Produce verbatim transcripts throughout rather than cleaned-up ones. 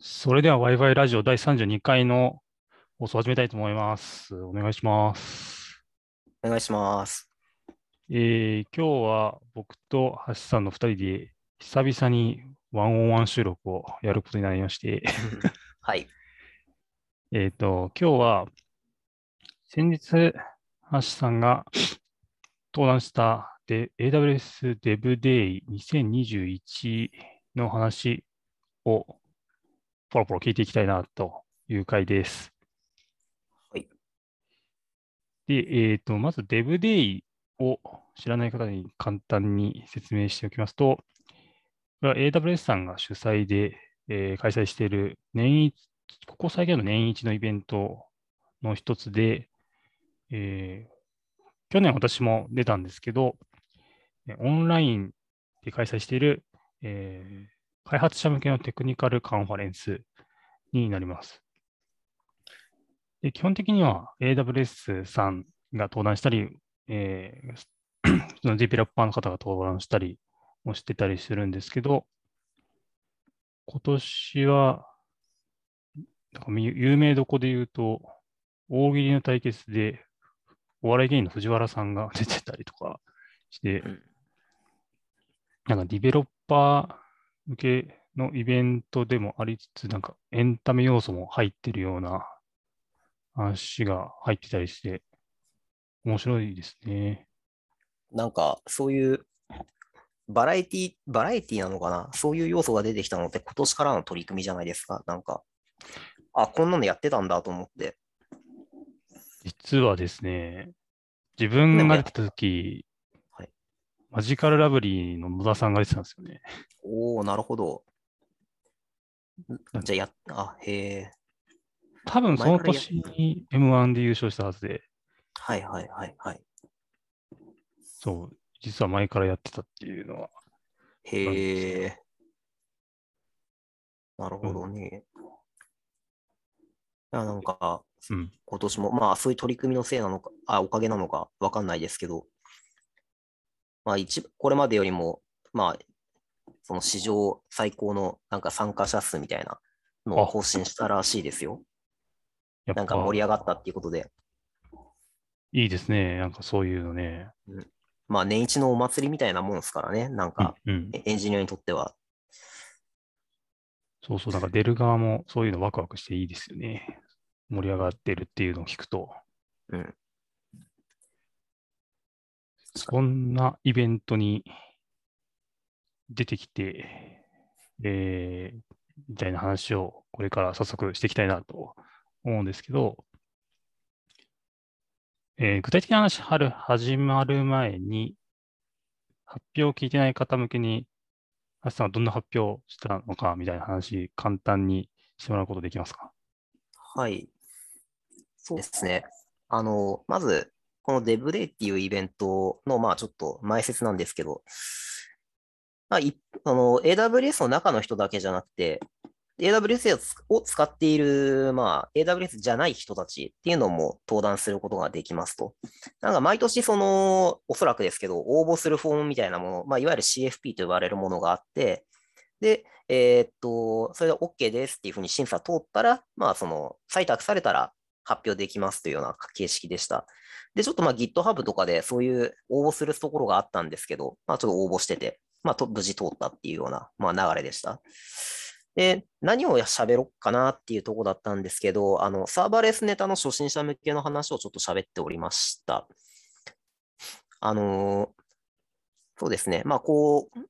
それでは Wi-Fi ラジオだいさんじゅうにかいの放送を始めたいと思います。お願いします。 お願いします。 えー今日は僕と橋さんのふたりで久々にワンオンワン収録をやることになりまして、 はい。 えっと、今日は先日橋さんが登壇したで エーダブリューエス DevDay にせんにじゅういちの話をポロポロ聞いていきたいなという回です。 はい。 で、えっと、まず DevDay を知らない方に簡単に説明しておきますと、これは エーダブリューエス さんが主催で、えー開催している年一、ここ最近の年一のイベントの一つで、えー去年私も出たんですけど、えオンラインで開催している、えー開発者向けのテクニカルカンファレンスになります。で基本的には エーダブリューエス さんが登壇したり、えーそのディベロッパーの方が登壇したりもしてたりするんですけど、今年は、なんか有名どこで言うと、大喜利の対決で、お笑い芸人の藤原さんが出てたりとかして、 うん、 なんかディベロッパー向けのイベントでもありつつ、なんかエンタメ要素も入ってるような話が入ってたりして、面白いですね。 なんか、そういうバラエティ、バラエティなのかな、そういう要素が出てきたのって今年からの取り組みじゃないですか。なんか、あ、こんなのやってたんだと思って。 実はですね、自去年もやっ、 分が出てた時、 はい。 マジカルラブリーの野田さんが出てたんですよね。 おー、なるほど。じゃあや、あ、へえ。 多分その前からや、 年に エムワン で優勝したはずで、 はいはいはいはい。 そう、実は前からやってたっていうのはへあるんですよ。 え、なるほどうん。 ね。いや、なんか、 うん。 今年も、まあ、そういう取り組みのせいなのか、あ、おかげなのか、わかんないですけど、まあ、一、これまでよりも、まあ、その史上最高のなんか参加者数みたいなのをあ、 更新したらしいですよ。 やっなんか盛り上がったっぱ、 ていうことで。 いいですね。なんかそういうのね。 うん、まあ年一のお祭りみたいなもんですからね。なんうん、 かうん。 エンジニアにとっては。 そうそう、なんか出る側もそういうのワクワクしていいですよね。盛り上がってるっていうのを聞くと。 うん。確かそんなイベントに出てきて、えー、みたいな話をこれから早速していきたいなと思うんですけど、えー具体的な話、春始まる前に発表を聞いてない方向けに、橋さんはどんな発表をしたのかみたいな話、簡単にしてもらうことできますか？ に。はい。そうですね。あの、まず、このデブデイっていうイベントの、まあちょっと前説なんですけど、まあ、いあの、エーダブリューエス の中の人だけじゃなくて、エーダブリューエス をつを使っている、まあ、エーダブリューエス じゃない人たちっていうのも登壇することができますと。なんか毎年その、おそらくですけど、応募するフォームみたいなもの、まあ、いわゆる シーエフピー と呼ばれるものがあって、で、えーっと、それで OK ですっていうふうに審査通ったら、まあ、その、採択されたら発表できますというような形式でした。で、ちょっとまあ GitHub とかでそういう応募するところがあったんですけど、まあ、ちょっと応募してて、まあ、と無事通ったっていうような、まあ、流れでした。で、何を喋ろうかなっていうところだったんですけど、あの、サーバーレスネタの初心者向けの話をちょっと喋っておりました。あのーそうですね。まあ、こう、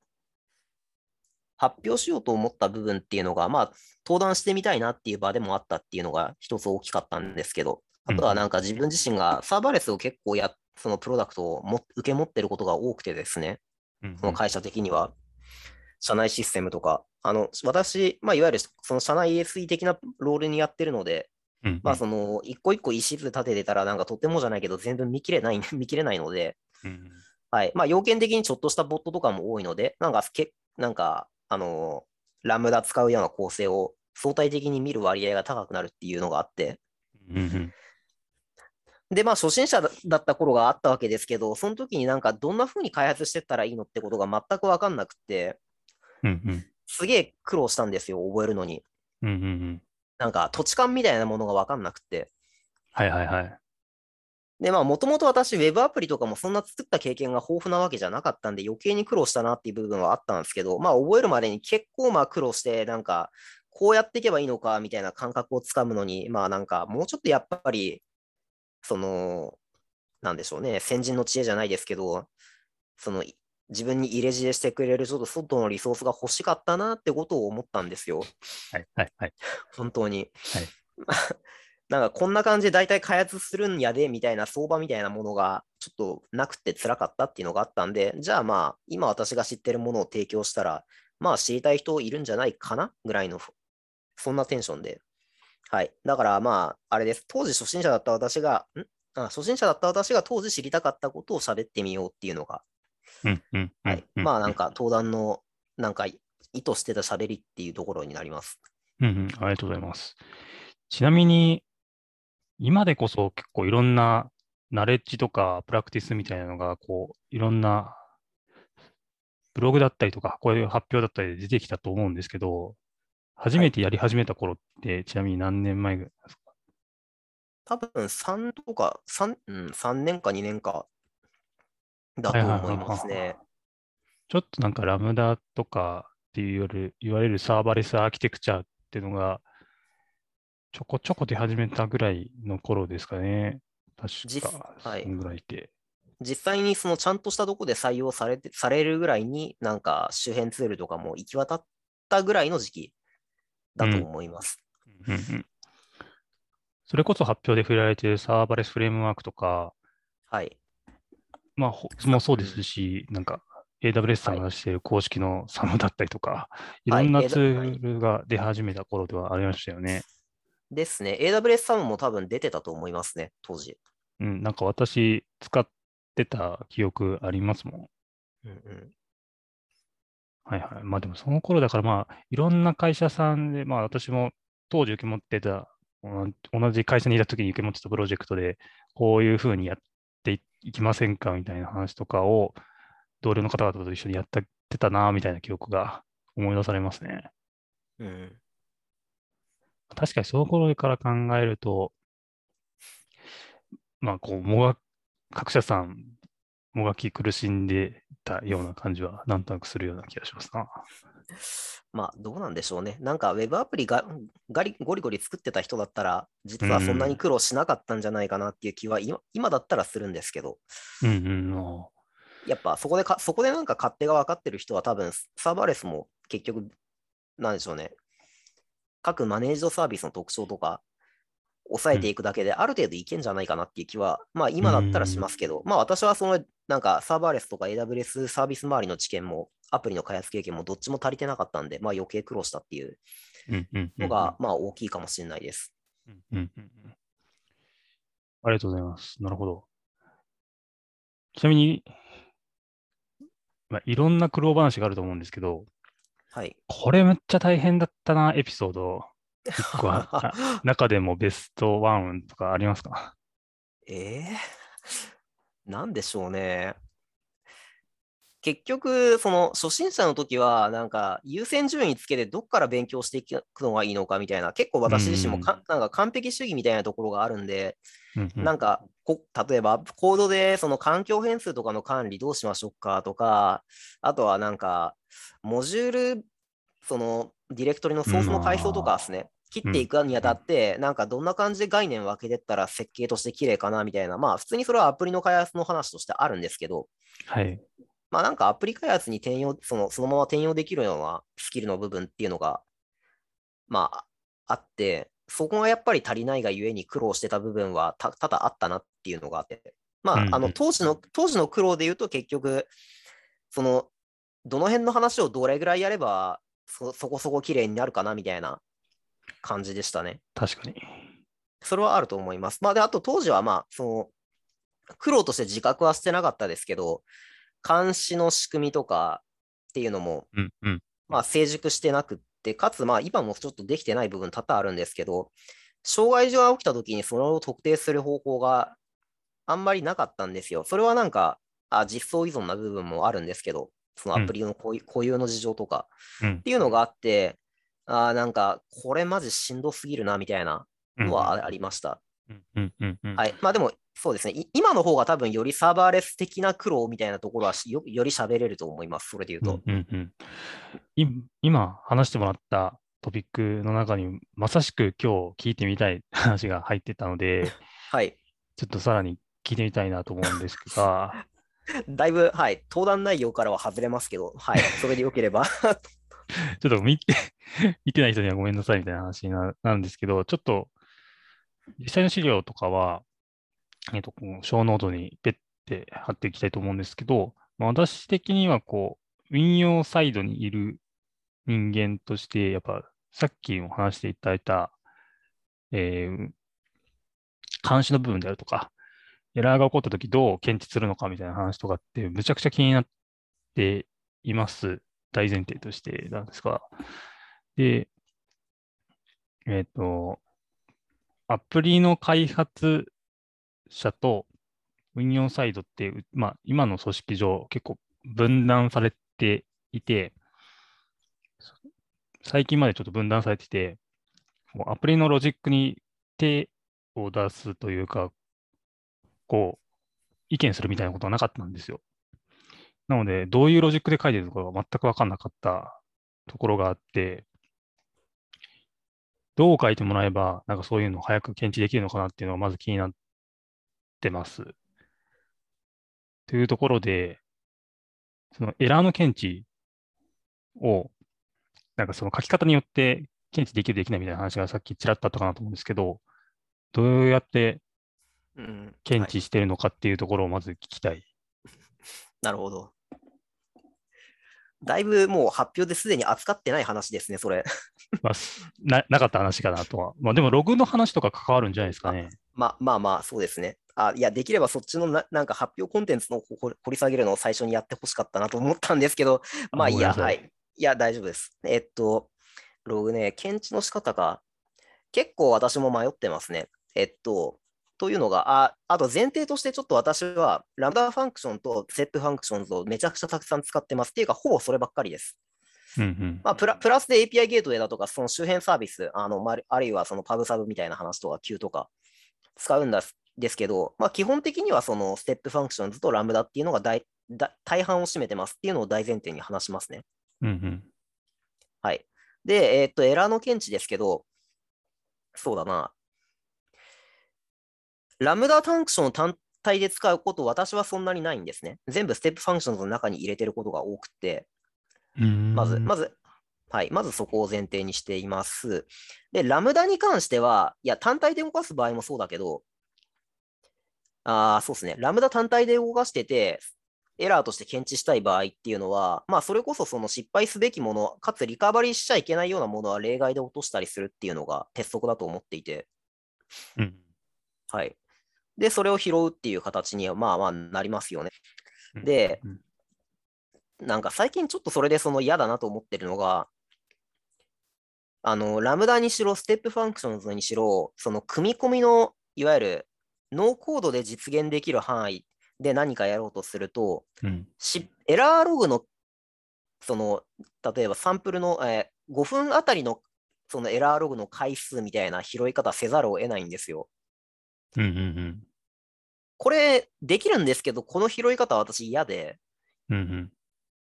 発表しようと思った部分っていうのが、まあ、登壇してみたいなっていう場でもあったっていうのが一つ大きかったんですけど、あとはなうんんか自分自身がサーバーレスを結構や、そのプロダクトをも受け持ってることが多くてですね、 うん。うんその会社的には、社内システムとか、あの、私、まあ、いわゆるその社内 エスイー 的なロールにやってるので、まあ、 うんうんその、一個一個石図立ててたら、なんかとてもじゃないけど、全部見切れない、見切れないので、 うんはい。まあ、要件的にちょっとしたボットとかも多いので、なんか、け、なんか、あのーラムダ使うような構成を相対的に見る割合が高くなるっていうのがあって、 うんうんで、まあ、初心者だだった頃があったわけですけど、その時になんか、どんな風に開発してったらいいのってことが全くわかんなくて、 うんうんすげえ苦労したんですよ、覚えるのに。 うんうんうん。 なんか土地勘みたいなものが分かんなくて。 はいはいはい。 で、まあ、もともと私、ウェブアプリとかもそんな作った経験が豊富なわけじゃなかったんで、余計に苦労したなっていう部分はあったんですけど、まあ、覚えるまでに結構まあ苦労して、なんか、こうやっていけばいいのかみたいな感覚をつかむのに、まあ、なんか、もうちょっとやっぱり、その、なんでしょうね、先人の知恵じゃないですけど、その、自分に入れ知恵してくれるちょっと外のリソースが欲しかったなってことを思ったんですよ。 はいはいはい。 本当に。 はい。 なんかこんな感じで大体開発するんやでみたいな相場みたいなものがちょっとなくて辛かったっていうのがあったんで、じゃあまあ今私が知ってるものを提供したら、まあ知りたい人いるんじゃないかなぐらいの、そんなテンションで。はい。だからまあ、あれです。当時初心者だった私が、んあ初心者だった私が当時知りたかったことを喋ってみようっていうのが、 うんうんうはい。 んうんうん。 まあなんか登壇のなんか意図してた喋りっていうところになります。 うんうん。ありがとうございます。ちなみに、今でこそ結構いろんなナレッジとかプラクティスみたいなのが、こう、いろんなブログだったりとか、こういう発表だったりで出てきたと思うんですけど、初はい。 めてやり始めた頃って、ちなみに何年前ぐらいですか？ 多分さんとかさん、うん、さんねんかにねんかだはいはいはいと思いますね。 はい。ちょっとなんかラムダとかっていうより言われるサーバレスアーキテクチャっていうのがちょこちょこ出始めたぐらいの頃ですかね。確実、 か、 はい。 そんぐらいで。 実際にそのちゃんとしたとこで採用されて、されるぐらいになんか周辺ツールとかも行き渡ったぐらいの時期だとうん。 思います。 うんうん。それこそ発表で触れられているサーバレスフレームワークとか、 はい。 まあ、ほもさ、 そうですうん。 し、なんか エーダブリューエス さはい。 んが出している公式のサムだったりとか、いろはい。 んなツえだはい。 ールが出始めた頃ではありましたよね。 ですね。エーダブリューエス サムも多分出てたと思いますね、当時。 うん、なんか私使ってた記憶ありますもん。 うんうん。 はいはい。まあでもその頃だからまあいろんな会社さんで、まあ私も当時受け持ってた、同同じ会社にいた時に受け持ってたプロジェクトで、こういうふうにやっていきませんかみたいな話とかを同僚の方々と一緒にやってたな、みたいな記憶が思い出されますね。 うん。 確かにその頃から考えると、まあこう、もが、各社さん、もがき苦しんでたような感じはなんとなくするような気がしますな。 まあ、どうなんでしょうね。なんか、ウェブアプリがガリゴリゴリ作ってた人だったら、 う実はそんなにん、 苦労しなかったんじゃないかなっていう気は今、今だったらするんですけど、 うん、うん、あやっぱそこでか、そこでなんか勝手が分かってる人は多分、サーバーレスも結局、なんでしょうね。各マネージドサービスの特徴とか、抑えてうん、 いくだけで、ある程度いけんじゃないかなっていう気は、まあう今だったらしん、 ますけど、まあ私はその、なんかサーバーレスとか エーダブリューエス サービス周りの知見も、アプリの開発経験もどっちも足りてなかったんで、まあ余計苦労したっていううん、うん、うん、うのが、 ん、 まあ大きいかもしれないです。 うん、うん、うん。ありがとうございます。なるほど。ちなみに、まあ、いろんな苦労話があると思うんですけど、 はい。 これめっちゃ大変だったな、エピソード、一個は、あ、中でもベストワンとかありますか？ えー、なんでしょうね。結局、その初心者の時は、なんか優先順位つけてどっから勉強していくのがいいのかみたいな、結構う私自身もん、 かなんか完璧主義みたいなところがあるんで、 うん、うん、 なんかこ、例えばコードでその環境変数とかの管理どうしましょうかとか、あとはなんか、モジュール、そのディレクトリのうん、 ソースの階層とかまあ、 ですね、切っていうん、 くにあうん、 たって、なんかどんな感じで概念分けてったら設計として綺麗かなみたいな、まあ普通にそれはアプリの開発の話としてあるんですけど、 はい。 まあなんかアプリ開発に転用、その、そのまま転用できるようなスキルの部分っていうのが、まああって、そこがやっぱり足りないがゆえに苦労してた部分はた多々あったなっていうのがあって、まああのうん、 当時の、当時の苦労で言うと結局、その、どの辺の話をどれぐらいやればそ、そこそこ綺麗になるかなみたいな感じでしたね。 確かに。 それはあると思います。まあで、あと当時はまあ、その、苦労として自覚はしてなかったですけど、監視の仕組みとかっていうのも、 うん、うん、 まあ、成熟してなくって、かつ、まあ、今もちょっとできてない部分多々あるんですけど、障害状が起きたときにそれを特定する方法があんまりなかったんですよ。それはなんか、あ、実装依存な部分もあるんですけど、そのアプうん、 リの固有固有の事情とかうん、 っていうのがあって、 あーなんか、これマジしんどすぎるな、みたいなのはあありました。 うんうんうんうん。 はい。まあでも、そうですね。い今の方が多分よりサーバーレス的な苦労みたいなところはしよ、より喋れると思います。それで言ううんと。 うんうん。い今話してもらったトピックの中に、まさしく今日聞いてみたい話が入ってたので、 はい。 ちょっとさらに聞いてみたいなと思うんですが、 だいぶ、はい。登壇内容からは外れますけど、はい。それでよければ。 ちょっと見て見てない人にはごめんなさいみたいな話にななるんですけど、ちょっと実際の資料とかは、えっと、こう小ノートにペッて貼っていきたいと思うんですけど、まあ、私的にはこう、運用サイドにいる人間として、やっぱさっきも話していただいた、えー監視の部分であるとか、エラーが起こったときどう検知するのかみたいな話とかってむちゃくちゃ気になっています。大前提としてなんですが。で、えっと、アプリの開発者と運用サイドって、うまあ、今の組織上結構分断されていて、最近までちょっと分断されてて、もうアプリのロジックに手を出すというか、こう、意見するみたいなことはなかったんですよ。なので、どういうロジックで書いてるのかが全く分かんなかったところがあって、どう書いてもらえば、なんかそういうのを早く検知できるのかなっていうのがまず気になってます。というところで、そのエラーの検知を、なんかその書き方によって検知できるできないみたいな話がさっきちらっとあったかなと思うんですけど、どうやってうん。はい。 検知してるのかっていうところをまず聞きたい。 なるほど。だいぶもう発表ですでに扱ってない話ですね、それ。 まあ、すな、なかった話かなとは。まあでもログの話とか関わるんじゃないですかあ、 ね。 まあまあまあ、そうですね。あ、いや、できればそっちのな、なんか発表コンテンツのほ掘り下げるのを最初にやってほしかったなと思ったんですけど、 あ、 まあいいや、 ごめんなさい。 はい。いや、大丈夫です。えっと、ログね、検知の仕方が結構私も迷ってますね。えっと、というのが、あ、あと前提としてちょっと私はラムダファンクションとステップファンクションズをめちゃくちゃたくさん使ってます。っていうか、ほぼそればっかりです。 うんうん。 まあ、プラプラスで エーピーアイ ゲートウェイだとか、その周辺サービス、あの、まああるいはそのパブサブみたいな話とか、Q とか使うんだですけど、まあ、基本的にはそのステップファンクションズとラムダっていうのが大大大半を占めてますっていうのを大前提に話しますね。 うんうん。 はい。で、えーっと、エラーの検知ですけど、そうだな。ラムダファンクションを単体で使うこと、私はそんなにないんですね。全部ステップファンクションの中に入れてることが多くて、 うーまず、 ん。 まず、はい、まずそこを前提にしています。で、ラムダに関しては、いや、単体で動かす場合もそうだけど、ああ、そうですね。ラムダ単体で動かしてて、エラーとして検知したい場合っていうのは、まあ、それこそその失敗すべきもの、かつリカバリーしちゃいけないようなものは例外で落としたりするっていうのが鉄則だと思っていて、 うん。 はい。で、それを拾うっていう形には、まあまあなりますよね。 うん。 で、 うん。 なんか最近ちょっとそれでその嫌だなと思ってるのが、あの、ラムダにしろ、ステップファンクションズにしろ、その組み込みの、いわゆるノーコードで実現できる範囲で何かやろうとすると、 うん。 しエラーログの、その、例えばサンプルの、えーごふんあたりのそのエラーログの回数みたいな拾い方せざるを得ないんですよ。 うん。うん。 これ、できるんですけど、この拾い方は私嫌で、 うん。うん。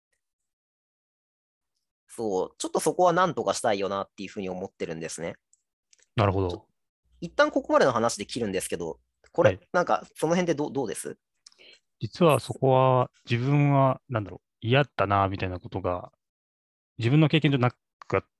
そう、ちょっとそこは何とかしたいよなっていうふうに思ってるんですね。ちょなるほど。 一旦ここまでの話で切るんですけど、これ、 はい。 なんか、その辺でどうどうです実はそこは自分は、なんだろう、嫌だな、みたいなことが自分の経験じゃなくあって、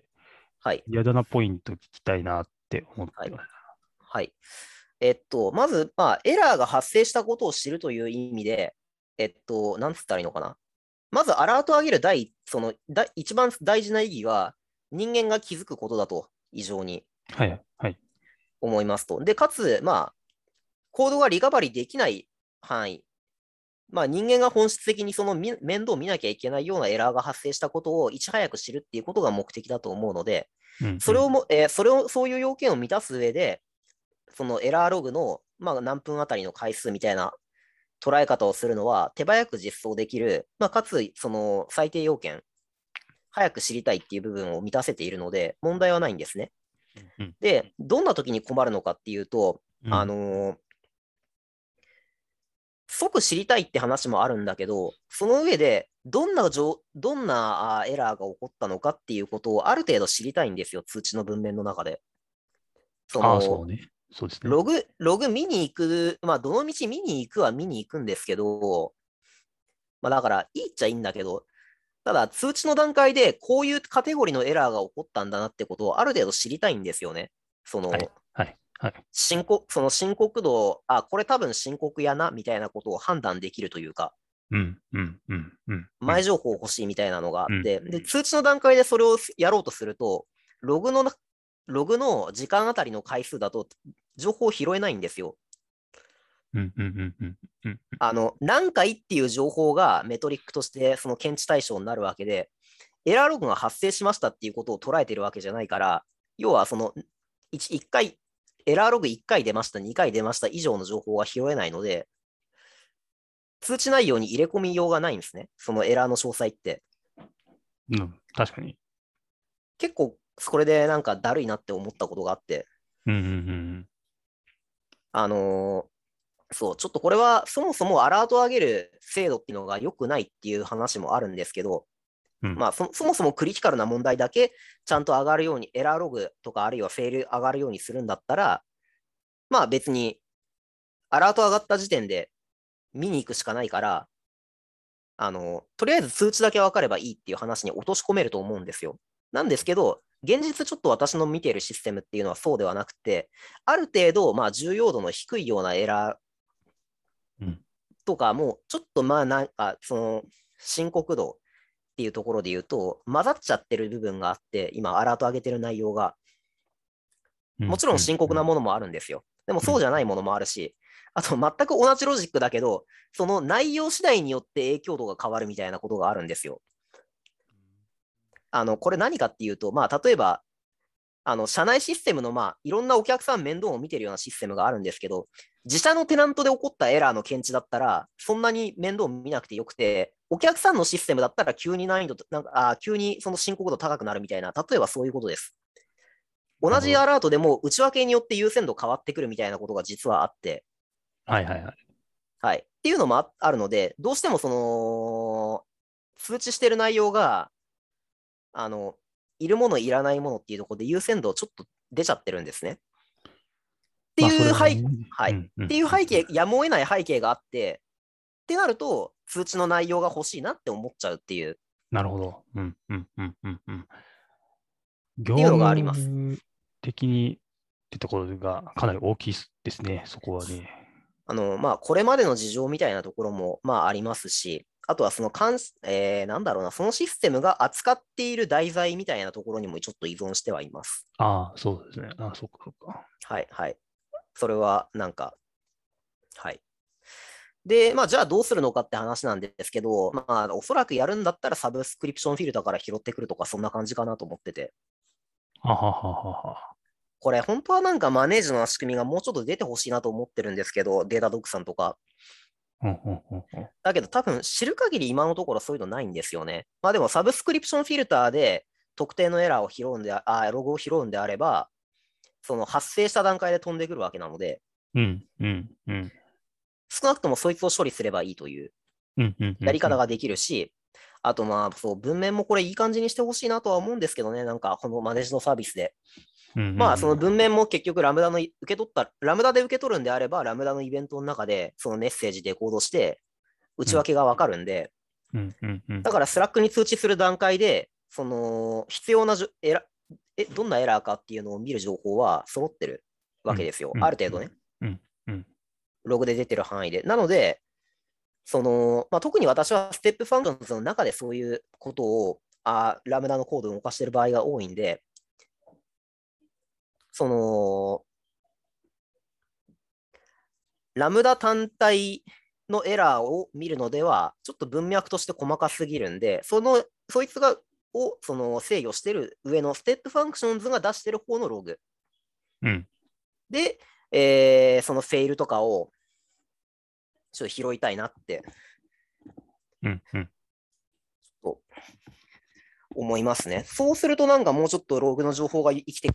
はい。 嫌だなポイント聞きたいなって思っはい。 てます。 はい。えっと、まず、まあ、エラーが発生したことを知るという意味で、えっと、なんつったらいいのかな。まず、アラートを上げる第、その、だ一番大事な意義は、人間が気づくことだと、異常にはい。はい。 思いますと。で、かつ、まあ、コードがリカバリーできない範囲、まあ、人間が本質的にその面倒を見なきゃいけないようなエラーが発生したことをいち早く知るっていうことが目的だと思うので、 うん。うん。 それをも、えーそれを、そういう要件を満たす上で、そのエラーログの、まあ、何分あたりの回数みたいな捉え方をするのは手早く実装できる、まあ、かつその最低要件早く知りたいっていう部分を満たせているので、問題はないんですね。 うん。 で、どんな時に困るのかっていうと、 うん。 あのー即知りたいって話もあるんだけど、その上で、どんな状、どんなあエラーが起こったのかっていうことをある程度知りたいんですよ、通知の文面の中で。そああ、その、 うね。そうですね。 ログ、ログ見に行く、まあ、どの道見に行くは見に行くんですけど、まあ、だから、いいっちゃいいんだけど、ただ、通知の段階で、こういうカテゴリーのエラーが起こったんだなってことをある程度知りたいんですよね。そはい。 の、 はい。はい。 申告、その申告度、あ、これ多分申告やな、みたいなことを判断できるというか、 うん。うん。うん。うん。うん。 前情報欲しいみたいなのがあうん。 って、で、通知の段階でそれをやろうとすると、ログのな、ログの時間あたりの回数だと、情報を拾えないんですよ。 うん。うん。うん。うん。 あの、何回っていう情報がメトリックとしてその検知対象になるわけで、エラーログが発生しましたっていうことを捉えてるわけじゃないから、要はその 1, 1回、エラーログいっかい出ました、にかい出ました以上の情報は拾えないので、通知内容に入れ込みようがないんですね。そのエラーの詳細って。 うん。確かに。 結構、これでなんかだるいなって思ったことがあって、 うん。うん。うん。 あのーそう、ちょっとこれはそもそもアラートを上げる精度っていうのが良くないっていう話もあるんですけど、 うん。 まあそ、そもそもクリティカルな問題だけちゃんと上がるように、エラーログとかあるいはフェール上がるようにするんだったら、まあ別にアラート上がった時点で見に行くしかないから、あの、とりあえず通知だけ分かればいいっていう話に落とし込めると思うんですよ。なんですけど、現実ちょっと私の見ているシステムっていうのはそうではなくて、ある程度、まあ重要度の低いようなエラうん。 ーとかも、ちょっとまあなんか、その、深刻度っていうところで言うと、混ざっちゃってる部分があって、今、アラート上げてる内容が、 うん。 もちろんうん。 深刻なものもあるんですよ。でもうん。 そうじゃないものもあるし、あと全く同じロジックだけど、その内容次第によって影響度が変わるみたいなことがあるんですよ。あの、これ何かっていうと、まあ、例えば、あの、社内システムの、まあ、いろんなお客さん面倒を見てるようなシステムがあるんですけど、自社のテナントで起こったエラーの検知だったら、そんなに面倒見なくてよくて、お客さんのシステムだったら急に難易度、なんか、あ急にその深刻度高くなるみたいな、例えばそういうことです。同なるほど。 じアラートでも内訳によって優先度変わってくるみたいなことが実はあって、 はい。はい。はい。 はい。っていうのもああるので、どうしてもその、通知してる内容が、あの、いるものいらないものっていうところで優先度ちょっと出ちゃってるんですね。ってまあ、そいう背、 れはね。 はい。っうん。うん。 ていううん。 背景、やむを得ない背景があって、ってなると、通知の内容が欲しいなって思っちゃうっていう、っなるほど。うん。うん。うん。うん。うん。業ていうのがあります。 務的にってところがかなり大きいですね。そこはね。 あの、まあ、これまでの事情みたいなところも、まあ、ありますし、あとはその関す、えー、なんだろうな、そのシステムが扱っている題材みたいなところにもちょっと依存してはいます。 ああ、そうですね。ああ、そっかそっか。 はい、はい。それは、なんか、はい。で、まあ、じゃあどうするのかって話なんですけど、まあ、おそらくやるんだったらサブスクリプションフィルターから拾ってくるとか、そんな感じかなと思ってて。 ははははは。 これ、本当はなんかマネージの仕組みがもうちょっと出てほしいなと思ってるんですけど、データドックさんとか。 うん。うん。うん。うん。 だけど多分知る限り今のところそういうのないんですよね。まあでもサブスクリプションフィルターで特定のエラーを拾うんであ、あログを拾うんであれば、その発生した段階で飛んでくるわけなので、 うん。うん。うん。 少なくともそいつを処理すればいいといううん。うん。うん。うん。 やり方ができるし、あとまあ、そう、文面もこれいい感じにしてほしいなとは思うんですけどね、なんかこのマネージのサービスで。 うん。うまあ、そのん。 文面も結局ラムダの受け取った、ラムダで受け取るんであれば、ラムダのイベントの中でそのメッセージでコードして、 うん。 内訳がわかるんで、 うん。うん。うん。 だからスラックに通知する段階で、その必要なじゅエラえ、どんなエラーかっていうのを見る情報は揃ってるうん。 わけですよ。 うん。 ある程度ね、 うん。うん。 ログで出てる範囲で。なので、その、まあ、特に私はステップファンクションズの中でそういうことを、あラムダのコードを動かしている場合が多いんで、その、ラムダ単体のエラーを見るのでは、ちょっと文脈として細かすぎるんで、その、そいつが、をその制御している上のステップファンクションズが出している方のログうん。 で、えーそのフェイルとかをちょっと拾いたいなってうん。うん。 思いますね。そうするとなんかもうちょっとログの情報が生きて、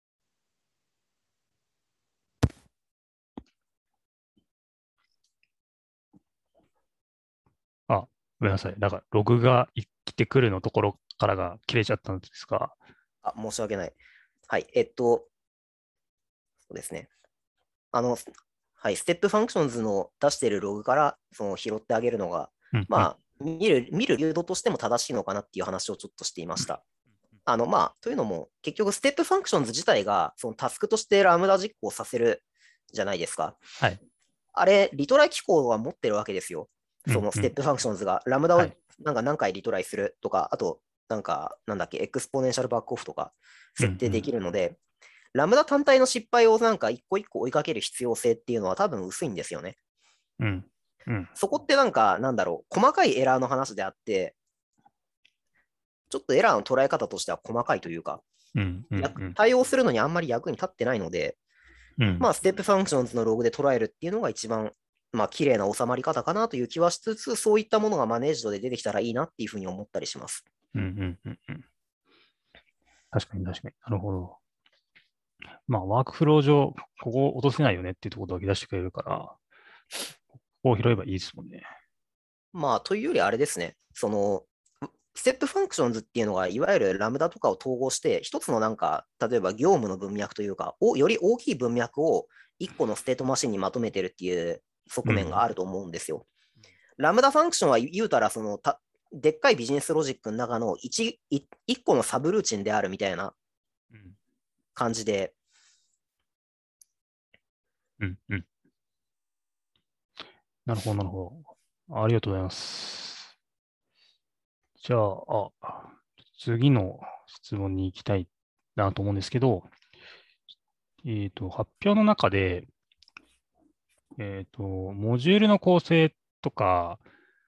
あ、ごめんなさい。なんか、ログが生きてくるのところからが切れちゃったんですが。 あ、申し訳ない。はい。えっと、そうですね。あの、はい、ステップファンクションズの出しているログからその拾ってあげるのが、 うんうん。 まあ、見る、見る流度としても正しいのかなっていう話をちょっとしていました。あの、まあ、というのも、結局、ステップファンクションズ自体が、そのタスクとしてラムダ実行させるじゃないですか。 はい。 あれ、リトライ機構は持ってるわけですよ。そのうんうん。 ステップファンクションズが、ラムダをはい。 なんか何回リトライするとか、あと、なんか、なんだっけ、エクスポネンシャルバックオフとか設定でうんうん。 きるので、ラムダ単体の失敗をなんか一個一個追いかける必要性っていうのは多分薄いんですよね。 うんうん。 そこってなんか、なんだろう、細かいエラーの話であって、ちょっとエラーの捉え方としては細かいというか、 うんうんうん。 対応するのにあんまり役に立ってないので、 うん。 まあ、ステップファンクションズのログで捉えるっていうのが一番、まあ、綺麗な収まり方かなという気はしつつ、そういったものがマネージドで出てきたらいいなっていうふうに思ったりします。 うんうんうんうん。確かに確かに。なるほど。まあ、ワークフロー上、ここ落とせないよねっていうところだけ出してくれるから、ここを拾えばいいですもんね。 まあ、というよりあれですね、その、ステップファンクションズっていうのが、いわゆるラムダとかを統合して、一つのなんか、例えば業務の文脈というか、おより大きい文脈を一個のステートマシンにまとめてるっていう側面がうん。 あると思うんですよ。ラムダファンクションは言うたら、そのた、でっかいビジネスロジックの中の一一個のサブルーチンであるみたいなうん感じで、 うんうん。なるほど、なるほど。ありがとうございます。じゃあ、あ、次の質問に行きたいなと思うんですけど、えっと、発表の中で、えっと、モジュールの構成とか、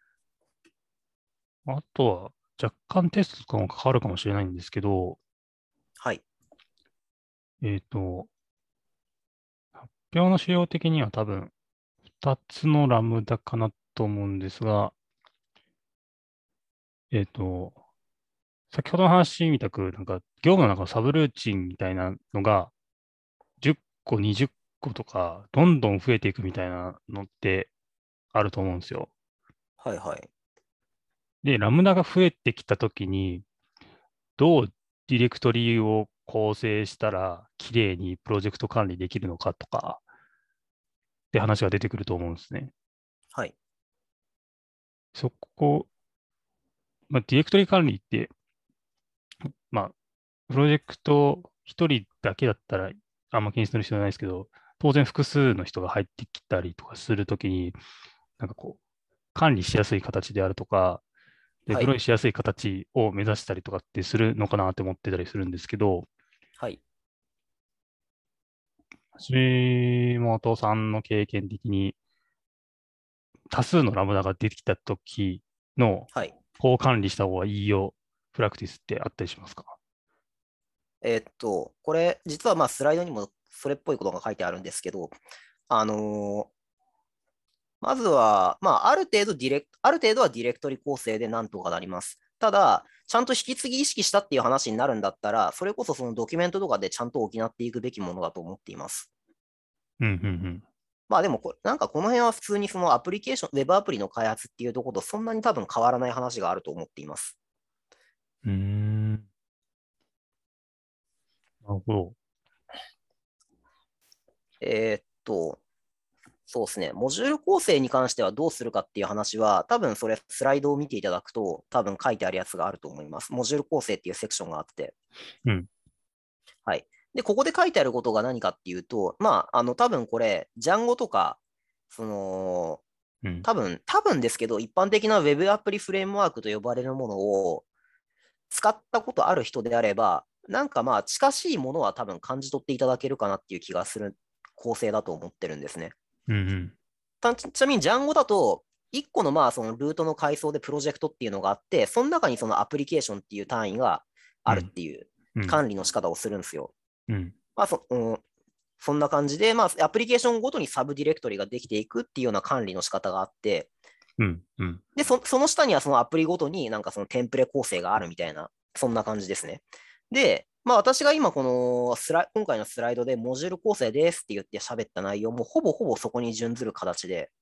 あとは若干テストとかも関わるかもしれないんですけど、 はい。 えっと、発表の仕様的には多分ふたつのラムダかなと思うんですが、えっと、先ほどの話みたく、なんか業務の中のサブルーチンみたいなのがじゅっこ、にじゅっことか、どんどん増えていくみたいなのってあると思うんですよ。 はいはい。 で、ラムダが増えてきたときに、どうディレクトリを構成したら、きれいにプロジェクト管理できるのかとか、って話が出てくると思うんですね。 はい。 そこ、まあ、ディレクトリ管理って、まあ、プロジェクト一人だけだったらあんま気にする必要ないですけど、当然複数の人が入ってきたりとかするときに、なんかこう、管理しやすい形であるとか、デはい。 プロイしやすい形を目指したりとかってするのかなって思ってたりするんですけど、 はい。 橋本さんの経験的に多数のラムダが出てきたときの、 はい。 こう管理した方がいいよ、プラクティスってあったりしますか？ えーっと、これ、実はまあスライドにもそれっぽいことが書いてあるんですけど、あのーまずは、まあ、ある程度ディレク、ある程度はディレクトリ構成でなんとかなります。ただ、ちゃんと引き継ぎ意識したっていう話になるんだったら、それこそそのドキュメントとかでちゃんと補っていくべきものだと思っています。 うん、うん、 まあでもこれ、なんかこの辺は普通にそのアプリケーション、ウェブアプリの開発っていうところとそんなに多分変わらない話があると思っています。 うん。うーん、なるほど。 えーっと、そうですね。モジュール構成に関してはどうするかっていう話は、多分それスライドを見ていただくと、多分書いてあるやつがあると思います。モジュール構成っていうセクションがあって。 うん、 はい。で、ここで書いてあることが何かっていうと、まあ、あの、多分これ、ジャンゴとか、その、 うん、 多分、多分ですけど、一般的な Web アプリフレームワークと呼ばれるものを使ったことある人であれば、なんかまあ、近しいものは多分感じ取っていただけるかなっていう気がする構成だと思ってるんですね。 うん、 たちなみに、ジャンゴだと、いっこのまあそのルートの階層でプロジェクトっていうのがあって、その中にそのアプリケーションっていう単位があるっうん、 ていううん、 管理の仕方をするんですよ。 うん、 まあそ、うん、そんな感じで、まあ、アプリケーションごとにサブディレクトリができていくっていうような管理の仕方があって、 うん、うん、 で、そその下にはそのアプリごとになんかそのテンプレ構成があるみたいなそんな感じですね。で、まあ私が今このスライ、今回のスライドでモジュール構成ですって言って喋った内容もほぼほぼそこに準ずる形で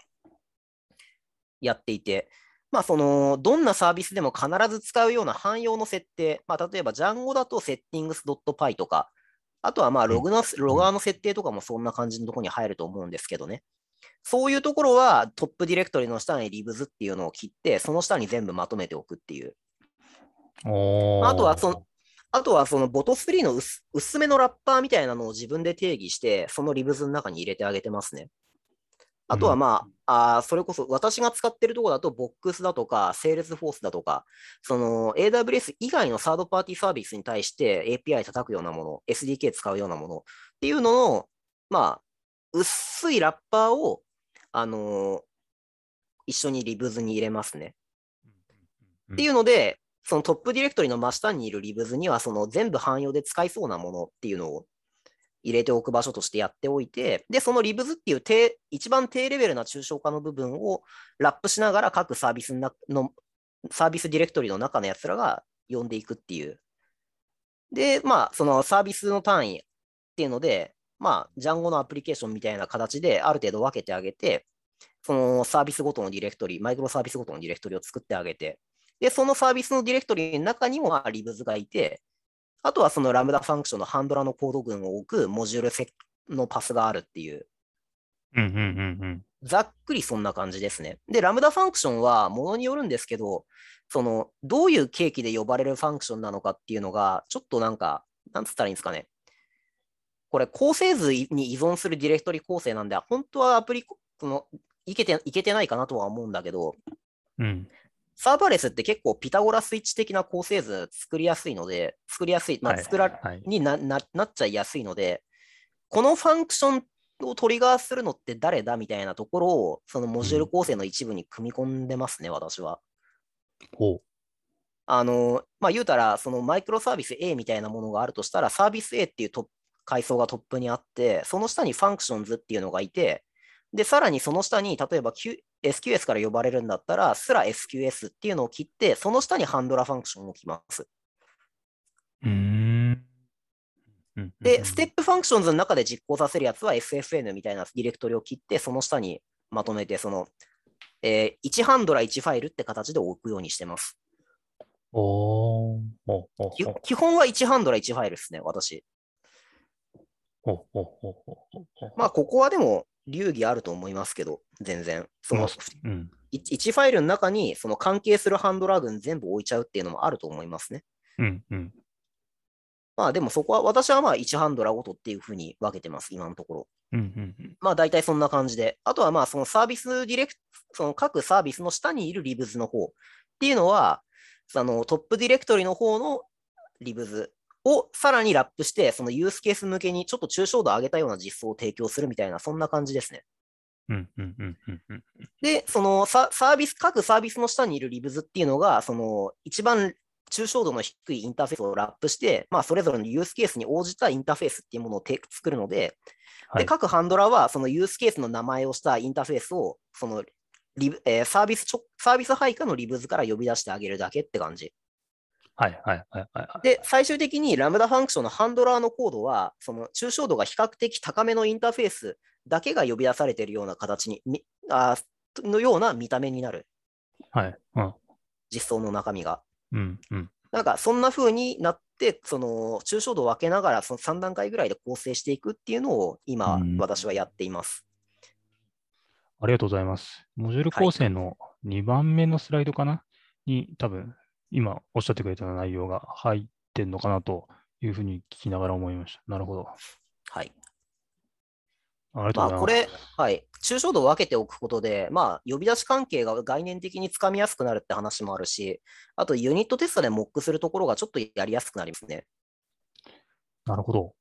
やっていて、まあその、どんなサービスでも必ず使うような汎用の設定、まあ例えば Django だと settings.py とか、あとはまあログの、ロガーの設定とかもそんな感じのところに入ると思うんですけどね。そういうところはトップディレクトリの下に libs っていうのを切って、その下に全部まとめておくっていう。あとはその、あとはそのボトスリーの薄薄めのラッパーみたいなのを自分で定義して、その libs の中に入れてあげてますね。あとはまあ、あそれこそ私が使ってるところだと、Box だとか、Salesforce だとか、その エーダブリューエス 以外のサードパーティーサービスに対して エーピーアイ 叩くようなもの、エスディーケー 使うようなものっていうのの、まあ、薄いラッパーを、あのー一緒にリブズに入れますね。っていうので、そのトップディレクトリの真下にいるリブズには、その全部汎用で使いそうなものっていうのを入れておく場所としてやっておいて、で、そのリブズっていう低一番低レベルな抽象化の部分をラップしながら各サービスのサービスディレクトリの中のやつらが呼んでいくっていう。で、まあ、そのサービスの単位っていうので、まあ、Django のアプリケーションみたいな形である程度分けてあげて、そのサービスごとのディレクトリ、マイクロサービスごとのディレクトリを作ってあげて、で、そのサービスのディレクトリの中にもまあリブズがいて、あとはそのラムダファンクションのハンドラのコード群を置くモジュールのパスがあるっていう。 うんうんうんうん。 ざっくりそんな感じですね。で、ラムダファンクションはものによるんですけど、その、どういう契機で呼ばれるファンクションなのかっていうのが、ちょっとなんか、なんつったらいいんですかね。これ、構成図に依存するディレクトリ構成なんで、本当はアプリ、その、いけて、いけてないかなとは思うんだけど、 うん、 サーバーレスって結構ピタゴラスイッチ的な構成図作りやすいので、作りやすい、まあ、 はい作ら、 はいになななっちゃいやすいので、このファンクションをトリガーするのって誰だみたいなところを、そのモジュール構成の一部に組み込んでますね、私は。 ほう。 あの、まあ、言うたら、そのマイクロサービス A みたいなものがあるとしたら、サービス A っていうトップ階層がトップにあって、その下にファンクションズっていうのがいて、で、さらにその下に、例えば、Q、エスキューエス から呼ばれるんだったら、すら エスキューエス っていうのを切って、その下にハンドラファンクションを置きます。 うーん。うんうんうで、 んステップファンクションズの中で実行させるやつは エスエフエヌ みたいなディレクトリを切って、その下にまとめて、その、えー、いちハンドラーいちファイルって形で置くようにしてます。 おー、ほうほうほう基本はいちハンドラーいちファイルですね、私。 ほうほうほうほうほうまあ、ここはでも、流儀あると思いますけど、全然。その、 まあうん。 いちファイルの中に、その関係するハンドラー群全部置いちゃうっていうのもあると思いますね。 うんうんまあ、でもそこは、私はまあいちハンドラーごとっていうふうに分けてます、今のところ。 うんうんまあ、大体そんな感じで。あとはまあ、そのサービスディレクト、その各サービスの下にいるリブズの方っていうのは、そのトップディレクトリの方のリブズをさらにラップして、そのユースケース向けにちょっと抽象度を上げたような実装を提供するみたいな、そんな感じですね。 うんうんうんうんうんで、そのサービス、各サービスの下にいるリブズっていうのが、その一番抽象度の低いインターフェースをラップして、まあ、それぞれのユースケースに応じたインターフェースっていうものを作るので、で、 はい。 各ハンドラーはそのユースケースの名前をしたインターフェースを、そのリブ、えーサービスちょ、サービス配下のリブズから呼び出してあげるだけって感じ。 はいはいはいはいはい。 で、最終的にラムダファンクションのハンドラーのコードは、その抽象度が比較的高めのインターフェースだけが呼び出されているような形に、みあのような見た目になる。 はい。うん。 実装の中身が。 うんうん。 なんか、そんな風になって、その、抽象度を分けながら、そのさん段階ぐらいで構成していくっていうのを、今、 うん私はやっています。 ありがとうございます。モジュールはい。 構成のにばんめのスライドかなに、多分、今おっしゃってくれた内容が入ってんのかなというふうに聞きながら思いました。なるほど。 はい。 ありがとうまあ、 ございます。 これ、はい。抽象度を分けておくことで、まあ、呼び出し関係が概念的につかみやすくなるって話もあるし、あと、ユニットテストでモックするところがちょっとやりやすくなりますね。 なるほど。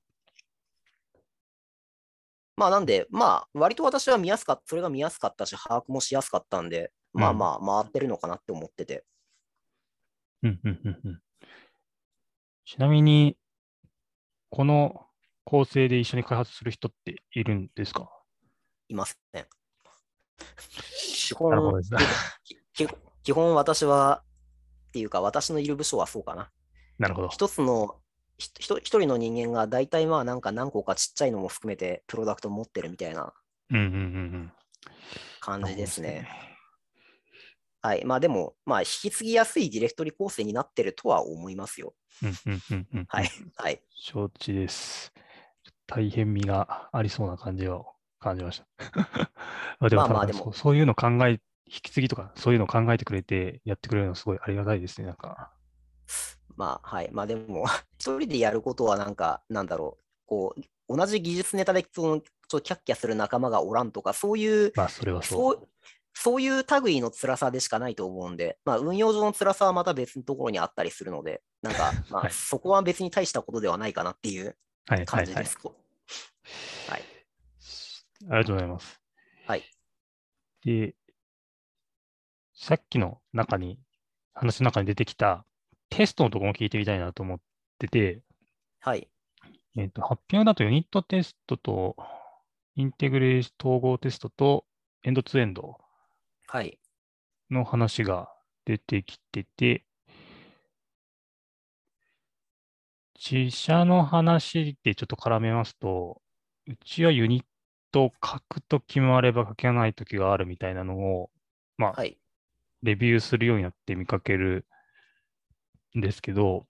まあ、なんで、まあ、割と私は見やすかった、それが見やすかったし、把握もしやすかったんで、まあまあ、回ってるのかなって思ってて。 うんうんうんうん。ちなみに、この構成で一緒に開発する人っているんですか？ いません。基本、 なるほどですね。 基本私は、っていうか、私のいる部署はそうかな。 なるほど。 一つの、ひひと一人の人間が大体まあなんか何個かちっちゃいのも含めてプロダクトを持ってるみたいなうんうんうんうん。 感じなるほどですですね。 ね。 はい。まあでも、まあ引き継ぎやすいディレクトリ構成になってるとは思いますよ。 うんうんうんうんうはい。 ん。 はい。 承知です。大変味がありそうな感じを感じました。まあでも多分そう、 まあまあでも、 そういうの考え、引き継ぎとかそういうのを考えてくれてやってくれるのすごいありがたいですね。なんか。 まあはい。まあでも、一人でやることはなんか、なんだろう。こう、同じ技術ネタでそのちょっとキャッキャする仲間がおらんとか、そういう、 まあそれはそそう、そういう類の辛さでしかないと思うんで、まあ運用上の辛さはまた別のところにあったりするので、なんか、 う。 まあはい。 そこは別に大したことではないかなっていうはいはいはい。 感じです。はい。 ありがとうございます。 はい。 で、さっきの中に、話の中に出てきたテストのところも聞いてみたいなと思ってて、 はい。 えっと、発表だとユニットテストとインテグレーション統合テストとエンドツーエンドはい。 の話が出てきてて、自社の話でちょっと絡めますと、うちはユニットを書くときもあれば書けないときがあるみたいなのを、まあ、 はい。 レビューするようになって見かけるんですけど、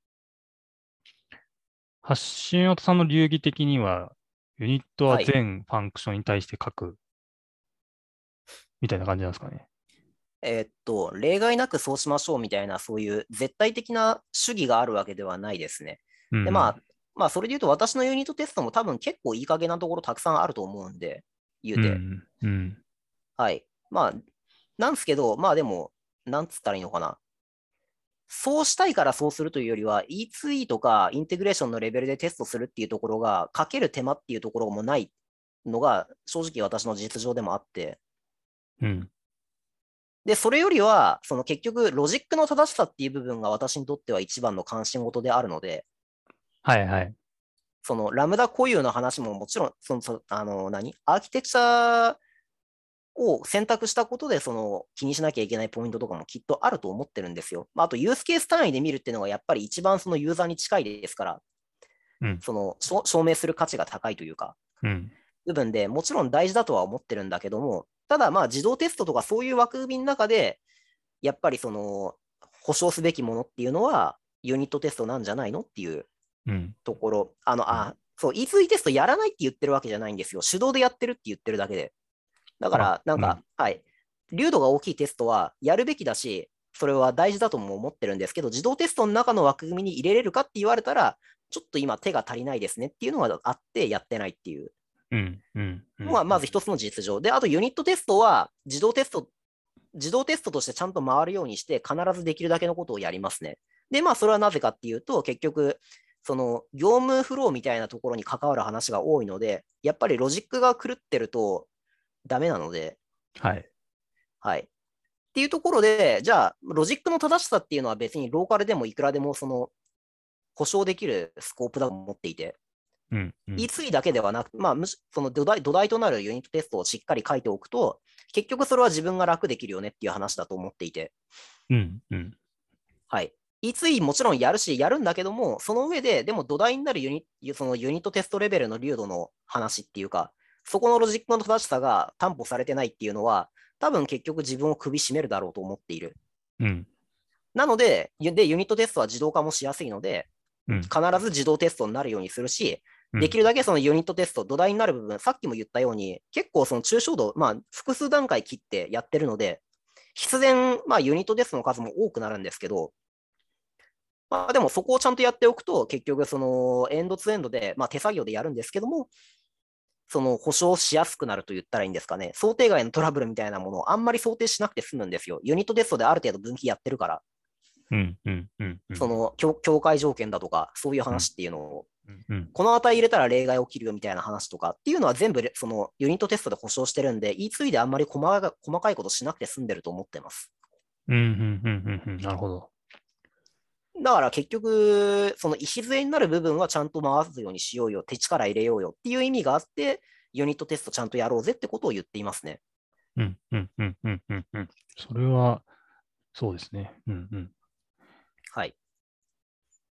発信元さんの流儀的には、ユニットははい。 全ファンクションに対して書くみたいな感じなんですかね。 えーっと、例外なくそうしましょうみたいな、そういう絶対的な主義があるわけではないですね。で、まうん。 あ、まあ、それで言うと私のユニットテストも多分結構いい加減なところたくさんあると思うんで、言うて。 うん。うん。 はい。まあ、なんですけど、まあでも、なんつったらいいのかな。そうしたいからそうするというよりは、イーツーイー とかインテグレーションのレベルでテストするっていうところが、かける手間っていうところもないのが、正直私の実情でもあって、 うん。 で、それよりは、その結局、ロジックの正しさっていう部分が私にとっては一番の関心事であるので、 はいはい。 そのラムダ固有の話ももちろん、その、そあの、何アーキテクチャを選択したことで、その気にしなきゃいけないポイントとかもきっとあると思ってるんですよ。まあ、あと、ユースケース単位で見るっていうのがやっぱり一番そのユーザーに近いですから、 うん。 その証明する価値が高いというか、 うん。 部分でもちろん大事だとは思ってるんだけども、ただまあ自動テストとかそういう枠組みの中で、やっぱりその保証すべきものっていうのはユニットテストなんじゃないのっていううん。 ところ、あの、 うん。 あ、そう、イーツーイー テストやらないって言ってるわけじゃないんですよ。手動でやってるって言ってるだけで。だかあ、 ら、なんか、 うん。 はい、流度が大きいテストはやるべきだし、それは大事だとも思ってるんですけど、自動テストの中の枠組みに入れれるかって言われたら、ちょっと今手が足りないですねっていうのがあってやってないっていううん。うん。うん。 のがまず一つの実情。で、あとユニットテストは自動テスト、自動テストとしてちゃんと回るようにして必ずできるだけのことをやりますね。で、まあそれはなぜかっていうと、結局、その業務フローみたいなところに関わる話が多いので、やっぱりロジックが狂ってるとダメなので、 はい。 はい。っていうところで、じゃあ、ロジックの正しさっていうのは別にローカルでもいくらでもその保証できるスコープだと思っていて、 うん。うん。 イーツーイー だけではなく、まあ、むしその土台土台となるユニットテストをしっかり書いておくと、結局それは自分が楽できるよねっていう話だと思っていて、 うん。うん。 はい。イーツーイー もちろんやるし、やるんだけども、その上で、でも土台になるユニそのユニットテストレベルの流度の話っていうか、そこのロジックの正しさが担保されてないっていうのは、多分結局自分を首絞めるだろうと思っている。 うん。 なので、で、ユニットテストは自動化もしやすいので、 うん。 必ず自動テストになるようにするし、 うん。 できるだけそのユニットテスト、土台になる部分、さっきも言ったように、結構その抽象度、まあ、複数段階切ってやってるので、必然、まあ、ユニットテストの数も多くなるんですけど、まあ、でもそこをちゃんとやっておくと、結局、そのエンドツーエンドで、まあ、手作業でやるんですけども、その保証しやすくなると言ったらいいんですかね。想定外のトラブルみたいなものをあんまり想定しなくて済むんですよ。ユニットテストである程度分岐やってるから。 うん。うん。うん。うん。 その境境界条件だとか、そういううん。 話っていうのを、 うん。 この値入れたら例外起きるよみたいな話とかっていうのは全部そのユニットテストで保証してるんで、イーツーイー であんまり細か細かいことしなくて済んでると思ってます。 うん。うん。うん。うん。なるほど。 だから結局、その礎になる部分はちゃんと回すようにしようよ、手力入れようよっていう意味があって、ユニットテストちゃんとやろうぜってことを言っていますね。 うん。うん。うん。うん。うん。うん。それは、そうですね。うん。うん。 はい。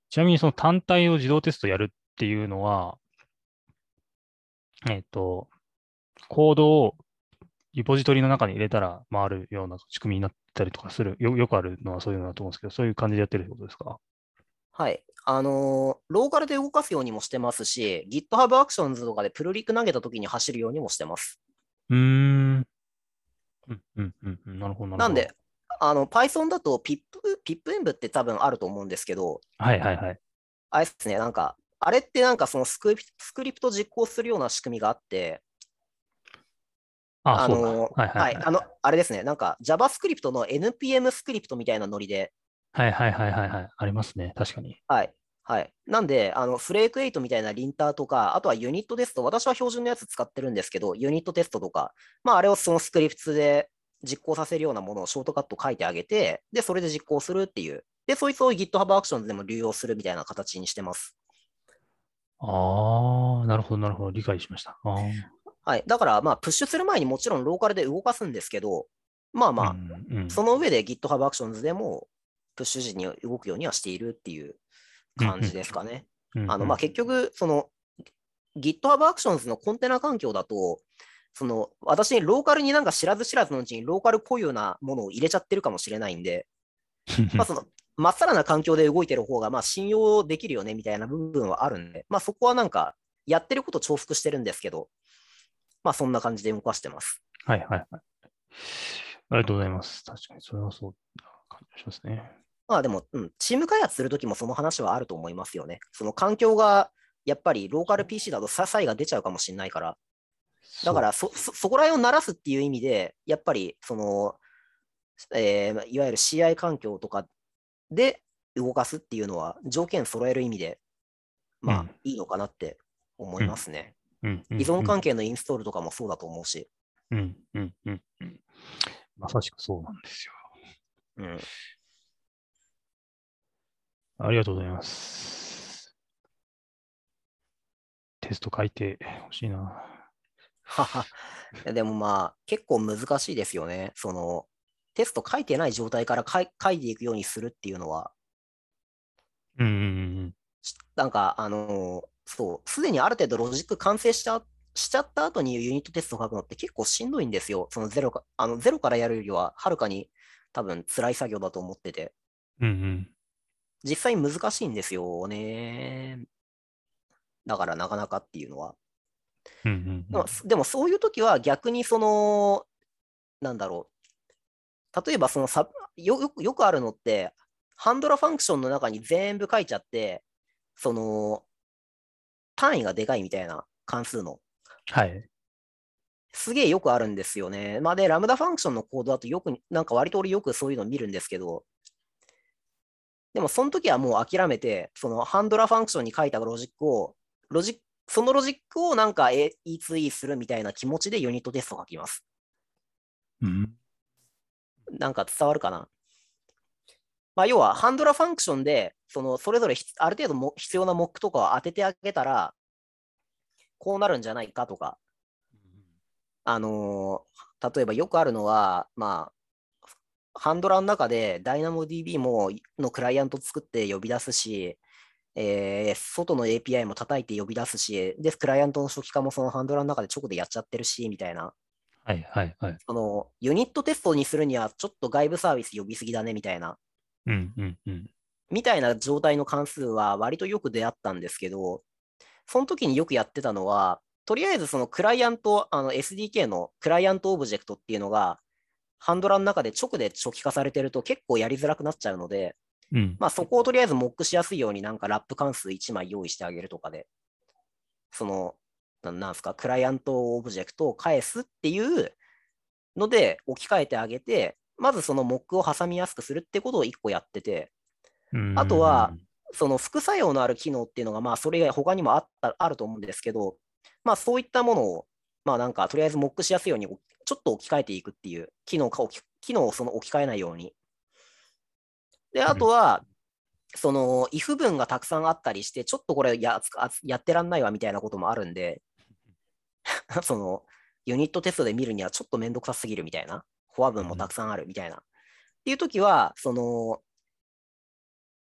ちなみにその単体を自動テストやるっていうのは、えっと、コードをリポジトリの中に入れたら回るような仕組みになったりとかする。よ、よくあるのはそういうのだと思うんですけど、そういう感じでやってるってことですか？ はい。あのーローカルで動かすようにもしてますし、GitHub Actions とかでプルリク投げた時に走るようにもしてます。 うーん。うん、うん、うん、うん。なるほど、なるほど。 なんで、あの、Python だと pip、pipenv って多分あると思うんですけど、 はい、はい、はい。 あれですね、なんか、あれってなんかそのスクリプト、スクリプト実行するような仕組みがあって、 あ、そうだ。 あの、 はい、はい、 はい、 はい。 あの、あれですね、なんか JavaScript の エヌピーエム スクリプトみたいなノリで、 はい、はい、はい、はい、はい。ありますね。確かに。 はい。はい。なんで、あの、フレークエイトみたいなリンターとか、あとはユニットテスト、私は標準のやつ使ってるんですけど、ユニットテストとか、まあ、あれをそのスクリプトで実行させるようなものをショートカット書いてあげて、で、それで実行するっていう。で、そいつを GitHub Actions でも流用するみたいな形にしてます。 ああ、なるほど、なるほど。理解しました。ああ。 はい。だから、まあ、プッシュする前にもちろんローカルで動かすんですけど、まあまうん、 あ、 うん、 その上で GitHub Actions でも、プッシュ時に動くようにはしているっていううん、 感じですかね。 うん、 あの、まあ、 うん。 結局、その、GitHub Actions のコンテナ環境だと、その、私、ローカルになんか知らず知らずのうちにローカル固有なものを入れちゃってるかもしれないんで、まあ、その、まっさらな環境で動いてる方が、まあ、信用できるよね、みたいな部分はあるんで、まあ、そこはなんか、やってること重複してるんですけど、まあ、そんな感じで動かしてます。 はい、はい、はい。ありがとうございます。確かに、それはそうな感じがしますね。 まあ、でも、うん、チーム開発するときもその話はあると思いますよね。その環境が、やっぱりローカル ピーシー だと差異が出ちゃうかもしれないから、だかそらそ、そ、そこら辺を鳴らすっていう意味で、やっぱり、その、えーいわゆる シーアイ 環境とかで動かすっていうのは、条件揃える意味で、 う。うまあ、 ん、 いいのかなって思いまうん、 すね。 うん、うん、 依存うん、 関係のインストールとかもそうだと思うし。 うん、うん、うん。うん、まさしくそうなんですよ。 うん。 ありがとうございます。テスト書いてほしいな。 はは。でもまあ、結構難しいですよね。その、テスト書いてない状態から書い書いていくようにするっていうのは、 うん、うん、 なんか、あのーそう、すでにある程度ロジック完成しちゃ、しちゃった後にユニットテストを書くのって結構しんどいんですよ。そのゼロか、あのゼロからやるよりは、はるかに多分辛い作業だと思ってて、 うん、うん、 実際難しいんですよね。だからなかなかっていうのは。 うん、うん、うん。 でも、でもそういう時は逆にその、なんだろう。例えばそのサよ、よくよくあるのって、ハンドラファンクションの中に全部書いちゃって、その単位がでかいみたいな関数の。 はい。 すげえよくあるんですよね。まあで、ラムダファンクションのコードだとよく、なんか割と俺よくそういうの見るんですけど、でもその時はもう諦めて、そのハンドラファンクションに書いたロジックを、ロジック、そのロジックをなんか イーツーイー するみたいな気持ちでユニットテストを書きます。 うん、 なんか伝わるかな。まあ要はハンドラファンクションで、そのそれぞれある程度も必要なモックとかを当ててあげたら、こうなるんじゃないかとか、あのー例えばよくあるのは、まあ、ハンドラーの中で DynamoDB ものクライアント作って呼び出すし、えー外の エーピーアイ も叩いて呼び出すし、で、クライアントの初期化もそのハンドラーの中で直でやっちゃってるし、みたいな。 はい、はい、はい。 その、ユニットテストにするにはちょっと外部サービス呼びすぎだね、みたいな。 うん、うん、うん。 みたいな状態の関数は割とよく出会ったんですけど、その時によくやってたのは、とりあえずそのクライアント、あの エスディーケー のクライアントオブジェクトっていうのが、ハンドラーの中で直で初期化されてると結構やりづらくなっちゃうので、 うん、 まあそこをとりあえずモックしやすいようになんかラップ関数いちまい用意してあげるとかで、その、なんですか、クライアントオブジェクトを返すっていうので置き換えてあげて、まずそのモックを挟みやすくするってことをいっこやってて、 うあとは、 ん、 その副作用のある機能っていうのが、まあそれが他にもあった、あると思うんですけど、まあそういったものを、まあなんかとりあえずモックしやすいようにちょっと置き換えていくっていう機能か置き、機能をその置き換えないように。で、あとうん、 は、その、if 文がたくさんあったりして、ちょっとこれややってらんないわみたいなこともあるんで、その、ユニットテストで見るにはちょっとめんどくさすぎるみたいな、フォア文もたくさんあるみたいな。っていう時は、その、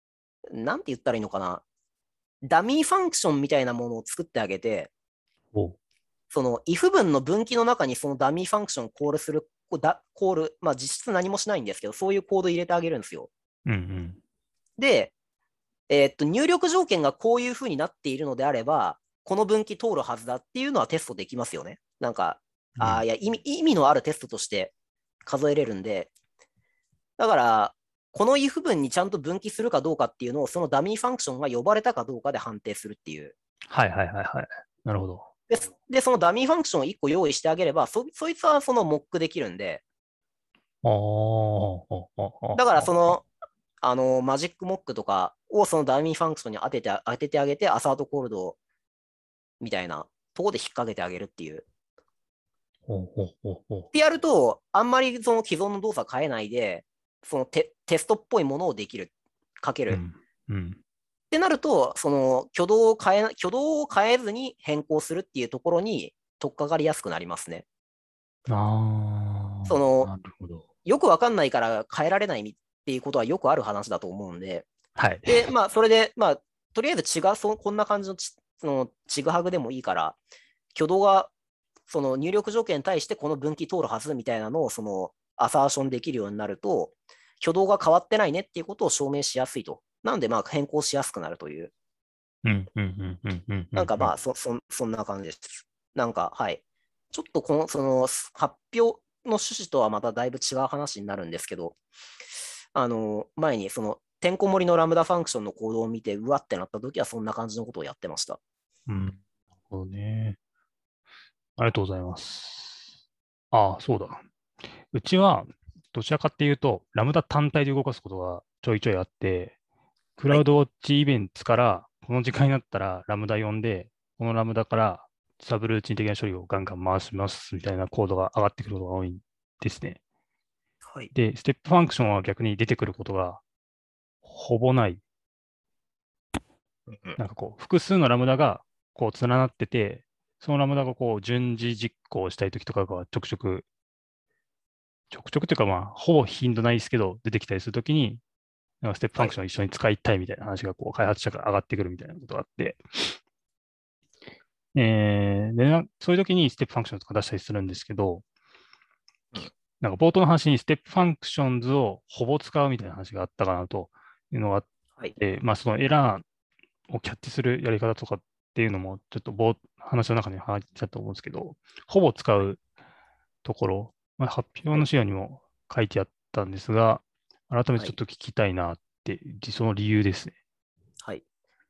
なんて言ったらいいのかな。ダミーファンクションみたいなものを作ってあげて、 おその if 文の分岐の中にそのダミーファンクションをコールする、コール、まあ実質何もしないんですけど、そういうコード入れてあげるんですよ。 うんうん。 で、えーっと、入力条件がこういう風になっているのであれば、この分岐通るはずだっていうのはテストできますよね。なんか、あいや意味、意味のあるテストとして数えれるんで、だから、この if 文にちゃんと分岐するかどうかっていうのを、そのダミーファンクションが呼ばれたかどうかで判定するっていう。 はいはいはいはい。なるほど。 で、でそのダミーファンクションをいっこ用意してあげれば、そそいつはそのモックできるんで、 ああ、 だからその、あの、マジックモックとかをそのダミーファンクションに当てて当ててあげて、アサートコールドみたいなところで引っ掛けてあげるっていう。 ほうほうほうほう。 ってやると、あんまりその既存の動作変えないで、そのテテストっぽいものをできる、かける。 うん。うん。 ってなると、その挙動を変え、挙動を変えずに変更するっていうところに取っかかりやすくなりますね。 ああ、 その、 なるほど。 よくわかんないから変えられないっていうことはよくある話だと思うんで、 はい。 で、まあ、それで、まあ、とりあえず違う、そこんな感じのちそのちぐはぐでもいいから、挙動がその入力条件に対してこの分岐通るはずみたいなのをそのアサーションできるようになると、挙動が変わってないねっていうことを証明しやすいと。なんで、まあ変更しやすくなるという。 うん、うん、うん、うん、うん。 なんかまあそ、そそんな感じです。なんか、はい。ちょっとこの、その発表の趣旨とはまただいぶ違う話になるんですけど、あの、前にその、てんこ盛りのラムダファンクションのコードを見て、うわってなった時はそんな感じのことをやってました。 うん。なるほどね。ありがとうございます。ああ、そうだ。うちは、どちらかっていうと、ラムダ単体で動かすことがちょいちょいあって、クはい。 ラウドウォッチイベントから、この時間になったらラムダ呼んで、このラムダからサブルーチン的な処理をガンガン回しますみたいなコードが上がってくることが多いんですね。 はい。 で、ステップファンクションは逆に出てくることがほぼない。 うんうん。 なんかこう、複数のラムダがこう連なってて、そのラムダがこう順次実行したいときとかがちょくちょく、ちょくちょくというかまあ、ほぼ頻度ないですけど、出てきたりするときに、なんかステップファはい。 ンクションを一緒に使いたいみたいな話がこう開発者から上がってくるみたいなことがあって、えー、でな、そういうときにステップファンクションとか出したりするんですけど、 うん。 なんか冒頭の話にステップファンクションズをほぼ使うみたいな話があったかなというのがあっはい。 て、まあそのエラーをキャッチするやり方とかっていうのもちょっと冒話の中に入っちゃったと思うんですけど、ほぼ使はい。 うところ、まあ、発表はい。 の資料にも書いてあったんですが、改めてはい。 ちょっと聞きたいなって、その理由ですね。 はい。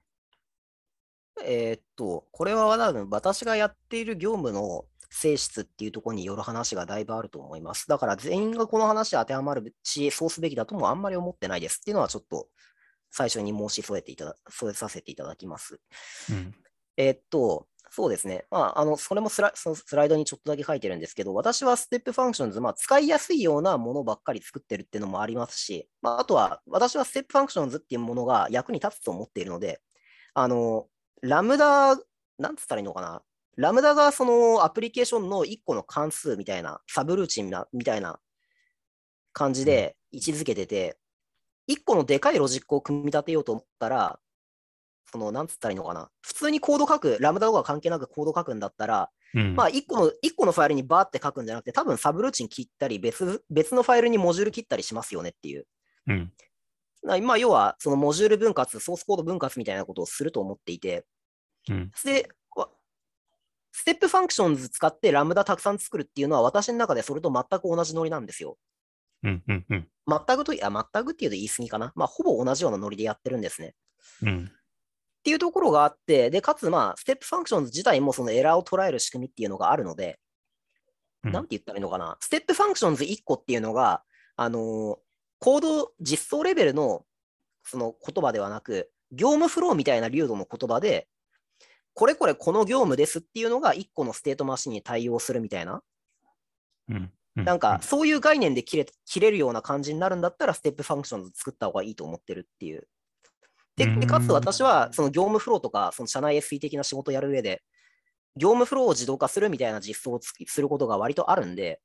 えーっと、これは多分私がやっている業務の性質っていうところによる話がだいぶあると思います。だから全員がこの話当てはまるし、そうすべきだともあんまり思ってないですっていうのはちょっと最初に申し添えていただ、添えさせていただきます。 うん。 えーっと、そうですね。まあ、あの、それもスラそのスライドにちょっとだけ書いてるんですけど、私はステップファンクションズ、まあ、使いやすいようなものばっかり作ってるっていうのもありますし、まあ、あとは、私はステップファンクションズっていうものが役に立つと思っているので、あの、ラムダ、なんつったらいいのかな。ラムダがそのアプリケーションのいっこの関数みたいな、サブルーチンなみたいな感じうん。 で位置づけてて、いっこのでかいロジックを組み立てようと思ったら、その、なんつったらいいのかな。普通にコード書く、ラムダとか関係なくコード書くんだったら、 うん。 まあ、いっこの、一個のファイルにバーって書くんじゃなくて、多分サブルーチン切ったり、別、別のファイルにモジュール切ったりしますよねっていう。 うん。 まあ、要は、そのモジュール分割、ソースコード分割みたいなことをすると思っていて、 うん。 で、ステップファンクションズ使ってラムダたくさん作るっていうのは、私の中でそれと全く同じノリなんですよ。 うん。うん。うん。 全くと、いや、全くっていうと言い過ぎかな。まあ、ほぼ同じようなノリでやってるんですね。 うん。 っていうところがあって、で、かつ、まあ、ステップファンクションズ自体もそのエラーを捉える仕組みっていうのがあるので、 うん。 なんて言ったらいいのかな。ステップファンクションズいっこっていうのが、あのーコード実装レベルのその言葉ではなく、業務フローみたいな流度の言葉で、これこれこの業務ですっていうのがいっこのステートマシンに対応するみたいな、 うん。うん。 なんかそういう概念で切れ切れるような感じになるんだったら、ステップファンクションズ作った方がいいと思ってるっていう。 うで、かつん。 私はその業務フローとか、その社内 エスイー 的な仕事をやる上で、業務フローを自動化するみたいな実装をすることが割とあるんで、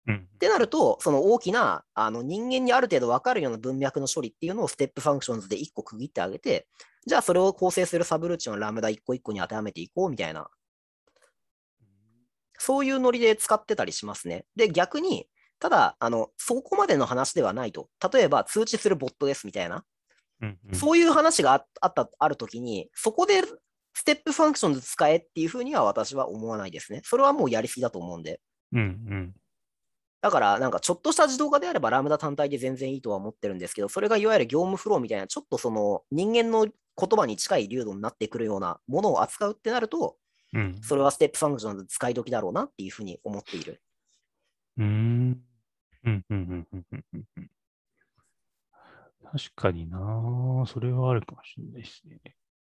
うん。 ってなると、その大きなあの人間にある程度分かるような文脈の処理っていうのをステップファンクションズでいっこ区切ってあげて、じゃあそれを構成するサブルーチンをラムダいっこいっこに当てはめていこうみたいな、そういうノリで使ってたりしますね。で、逆に、ただ、あの、そこまでの話ではないと。例えば、通知するボットですみたいな。 うんうん。 そういう話がああった、あるときに、そこでステップファンクションズ使えっていうふうには私は思わないですね。それはもうやりすぎだと思うんで。 うんうん。 だから、なんかちょっとした自動化であればラムダ単体で全然いいとは思ってるんですけど、それがいわゆる業務フローみたいな、ちょっとその人間の言葉に近い流度になってくるようなものを扱うってなると、 うん。 それはステップファンクションズ使い時だろうなっていうふうに思っている。 うーん。うんうんうんうんうんうんうん。確かにな。それはあるかもしれないですね。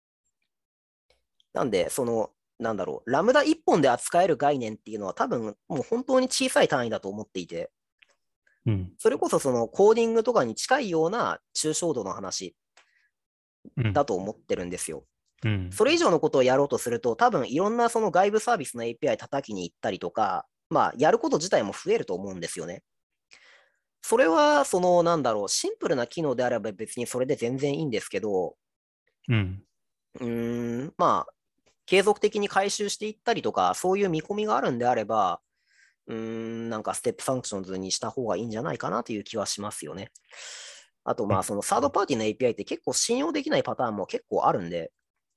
なんで、その、なんだろう、ラムダいっぽんで扱える概念っていうのは多分もう本当に小さい単位だと思っていて、 うん。 それこそそのコーディングとかに近いような抽象度の話うん。 だと思ってるんですよ。 うん。 それ以上のことをやろうとすると、多分いろんなその外部サービスの エーピーアイ 叩きに行ったりとか、まあ、やること自体も増えると思うんですよね。それは、その、なんだろう、シンプルな機能であれば別にそれで全然いいんですけど、 うん。 うーん、まあ、継続的に回収していったりとか、そういう見込みがあるんであれば、うーん、なんかステップファンクションズにした方がいいんじゃないかなという気はしますよね。あと、まあ、そのサードパーティーの エーピーアイ って結構信用できないパターンも結構あるんで、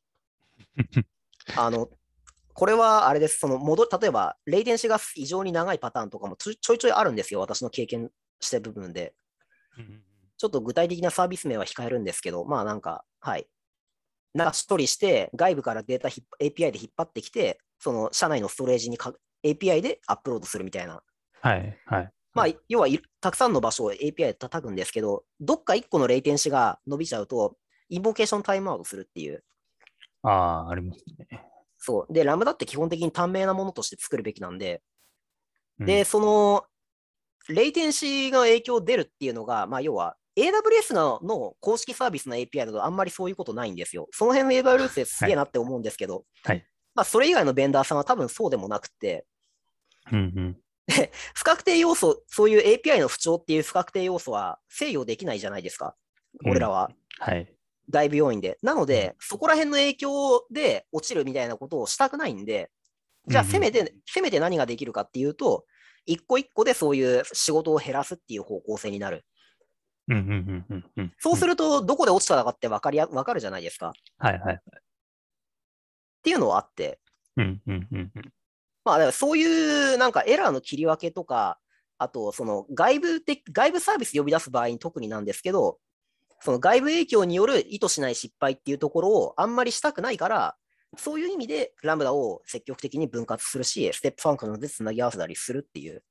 あの、これはあれです。その戻例えば、レイテンシが異常に長いパターンとかもちょいちょいあるんですよ。私の経験してる部分で。 うん。 ちょっと具体的なサービス名は控えるんですけど、まあなんか、はい。なんか処理して、外部からデータ エーピーアイ で引っ張ってきて、その社内のストレージにか エーピーアイ でアップロードするみたいな。 はい。はい。 まあ、 はい。 要はたくさんの場所を エーピーアイ で叩くんですけど、どっかいっこのレイテンシが伸びちゃうと、インボケーションタイムアウトするっていう。 ああ、ありますね。 そう。で、ラムダって基本的に短命なものとして作るべきなんで、で、 うん。 その、レイテンシーの影響出るっていうのが、まあ、要は、エーダブリュエス のの公式サービスの エーピーアイ だとあんまりそういうことないんですよ。その辺の エーダブリュエス ですはい。 げえなって思うんですけど、 はい。 まあ、それ以外のベンダーさんは多分そうでもなくて、 うんうん。 不確定要素、そういう エーピーアイ の不調っていう不確定要素は制御できないじゃないですか。 うん。 俺らは。 はい。 外部要因で。なのうん。 で、そこら辺の影響で落ちるみたいなことをしたくないんで、じゃあせうんうん。 めて、せめて何ができるかっていうと、一個一個でそういう仕事を減らすっていう方向性になる。 うんうんうんうんうんそううん。 すると、どこで落ちたかって分かりや、分かるじゃないですか。っはいはい。 ていうのはあって、 うんうんうんうん。 まあ、だからそういうなんかエラーの切り分けとか、あと、その外部的、外部サービス呼び出す場合に特になんですけど、その外部影響による意図しない失敗っていうところをあんまりしたくないから、そういう意味でラムダを積極的に分割するし、ステップファンクションでつなぎ合わせたりするっていう、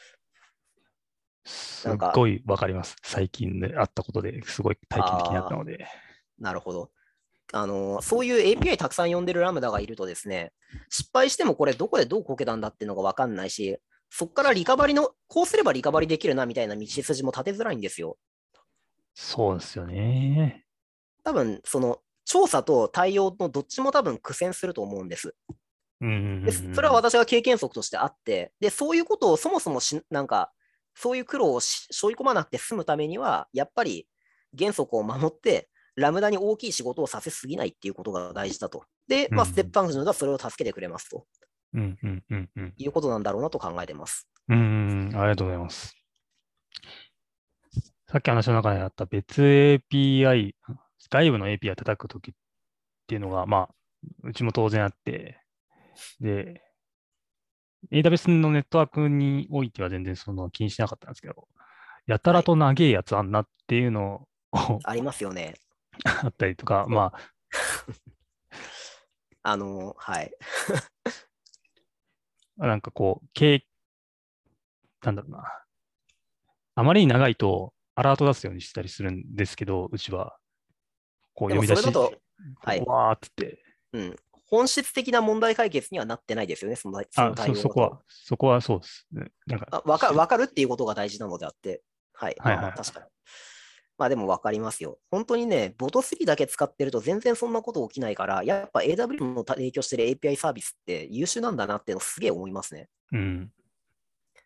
すっなんか、 ごいわかります。最近であったことですごい体験的にあったあので。 ー、なるほど。あの、そういう エーピーアイ たくさん呼んでるラムダがいるとですね、失敗してもこれどこでどうこけたんだっていうのがわかんないし、そこからリカバリの、こうすればリカバリできるなみたいな道筋も立てづらいんですよ。 そうですよね。 多分、その、調査と対応のどっちも多分苦戦すると思うんです。 うんうんうで、それはん私が経験則としてあって、で、そういうことをそもそもし、なんか、そういう苦労をし背負い込まなくて済むためには、やっぱり原則を守って、ラムダに大きい仕事をさせすぎないっていうことが大事だと。で、まあ、ステッうん。 プファンクションがそれを助けてくれますとうんうんうんうん。 いうことなんだろうなと考えてます。 うんうんうん。ありがとうございます。さっき話の中にあった別 エーピーアイ、外部の エーピーアイ 叩くときっていうのが、まあ、うちも当然あって、で、エーダブリュエス のネットワークにおいては全然その気にしなかったんですけど、やたはい。 らと長いやつあんなっていうのをありますよね。 あったりとか、 そう。 まあ、 あの、はい。 なんかこう、経なんだろうな。あまりに長いとアラート出すようにしたりするんですけど、うちは、こうでも読み出し、 それだと、はい。 こうわーっつって、 うん。本質的な問題解決にはなってないですよね、そのそのあ、そ、 対応だと。 そこは、そこはそうですね。なんか、 あ、わか、 しわかるっていうことが大事なのであって。はい。まあまあ、 はいはい。 確かに。まあでもわかりますよ。本当にね、ボトスリーだけ使ってると全然そんなこと起きないから、やっぱ エーダブリュー の提供してる エーピーアイ サービスって優秀なんだなっていうのすげえ思いますね。 うん。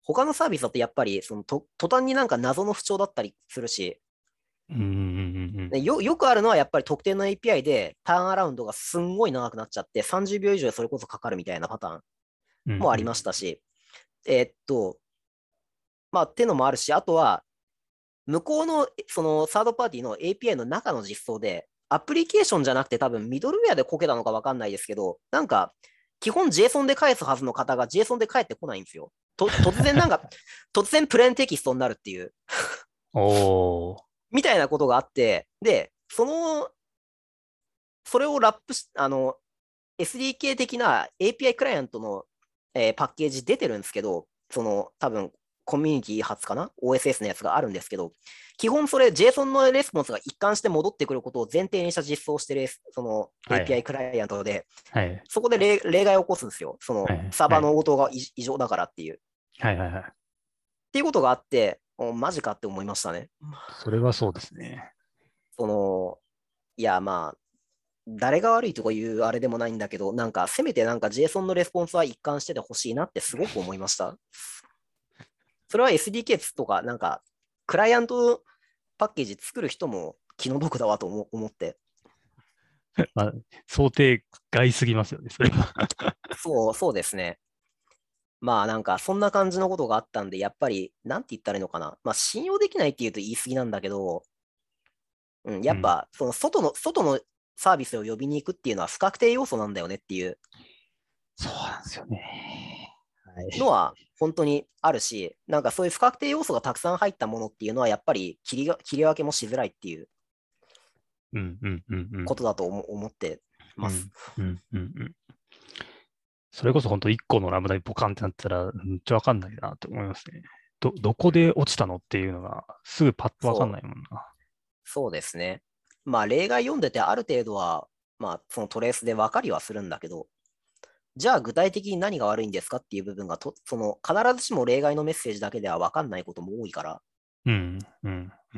他のサービスだとやっぱりそのと途端になんか謎の不調だったりするし、 うんうんうんうん。 よよくあるのはやっぱり特定の エーピーアイ でターンアラウンドがすんごい長くなっちゃってさんじゅうびょう以上でそれこそかかるみたいなパターンもありうんうん。 ましたし、えーっと、まあ、ってのもあるし、あとは、向こうのそのサードパーティーの エーピーアイ の中の実装で、アプリケーションじゃなくて多分ミドルウェアでこけたのか分かんないですけど、なんか、基本 JSON で返すはずの方が JSON で返ってこないんですよ。と突然なんか、突然プレーンテキストになるっていう、 おー。 みたいなことがあって、で、その、それをラップし、あの、エスディーケー 的な エーピーアイ クライアントの、えーパッケージ出てるんですけど、その多分コミュニティ発かな ?オーエスエス のやつがあるんですけど、基本それ JSON のレスポンスが一貫して戻ってくることを前提にした実装をしてるそのはい。 エーピーアイ クライアントで、 はいそこで例例外を起こすんですよ。そのはい。 サーバーのはい。 応答が異常だからっていう。っはいはいはい。 ていうことがあって、マジかって思いましたね。 それはそうですね。 その、いや、まあ、誰が悪いとかいうあれでもないんだけど、なんかせめてなんか JSON のレスポンスは一貫しててほしいなってすごく思いました。それは エスディーケー とか、なんか、クライアントパッケージ作る人も気の毒だわと思って。 まあ、想定外すぎますよね、それは。 そう、そうですね。まあなんか、そんな感じのことがあったんで、やっぱり、なんて言ったらいいのかな。まあ信用できないって言うと言い過ぎなんだけど、うん、 うん。 やっぱ、その外の、外のサービスを呼びに行くっていうのは不確定要素なんだよねっていうそうなんですよね。はい。 のは本当にあるし、なんかそういう不確定要素がたくさん入ったものっていうのは、やっぱり切りが切り分けもしづらいっていううんうんうんうん。 ことだと思思ってます。 うんうんうんうん。それこそ本当いっこのラムダにボカンってなったら、めっちゃわかんないなと思いますね。ど、どこで落ちたのっていうのが、すぐパッとわかんそう、 ないもんな。 そうですね。まあ例外読んでてある程度は、まあそのトレースで分かりはするんだけど、じゃあ具体的に何が悪いんですかっていう部分がと、その必ずしも例外のメッセージだけでは分かんないことも多いから、 うんうんうん。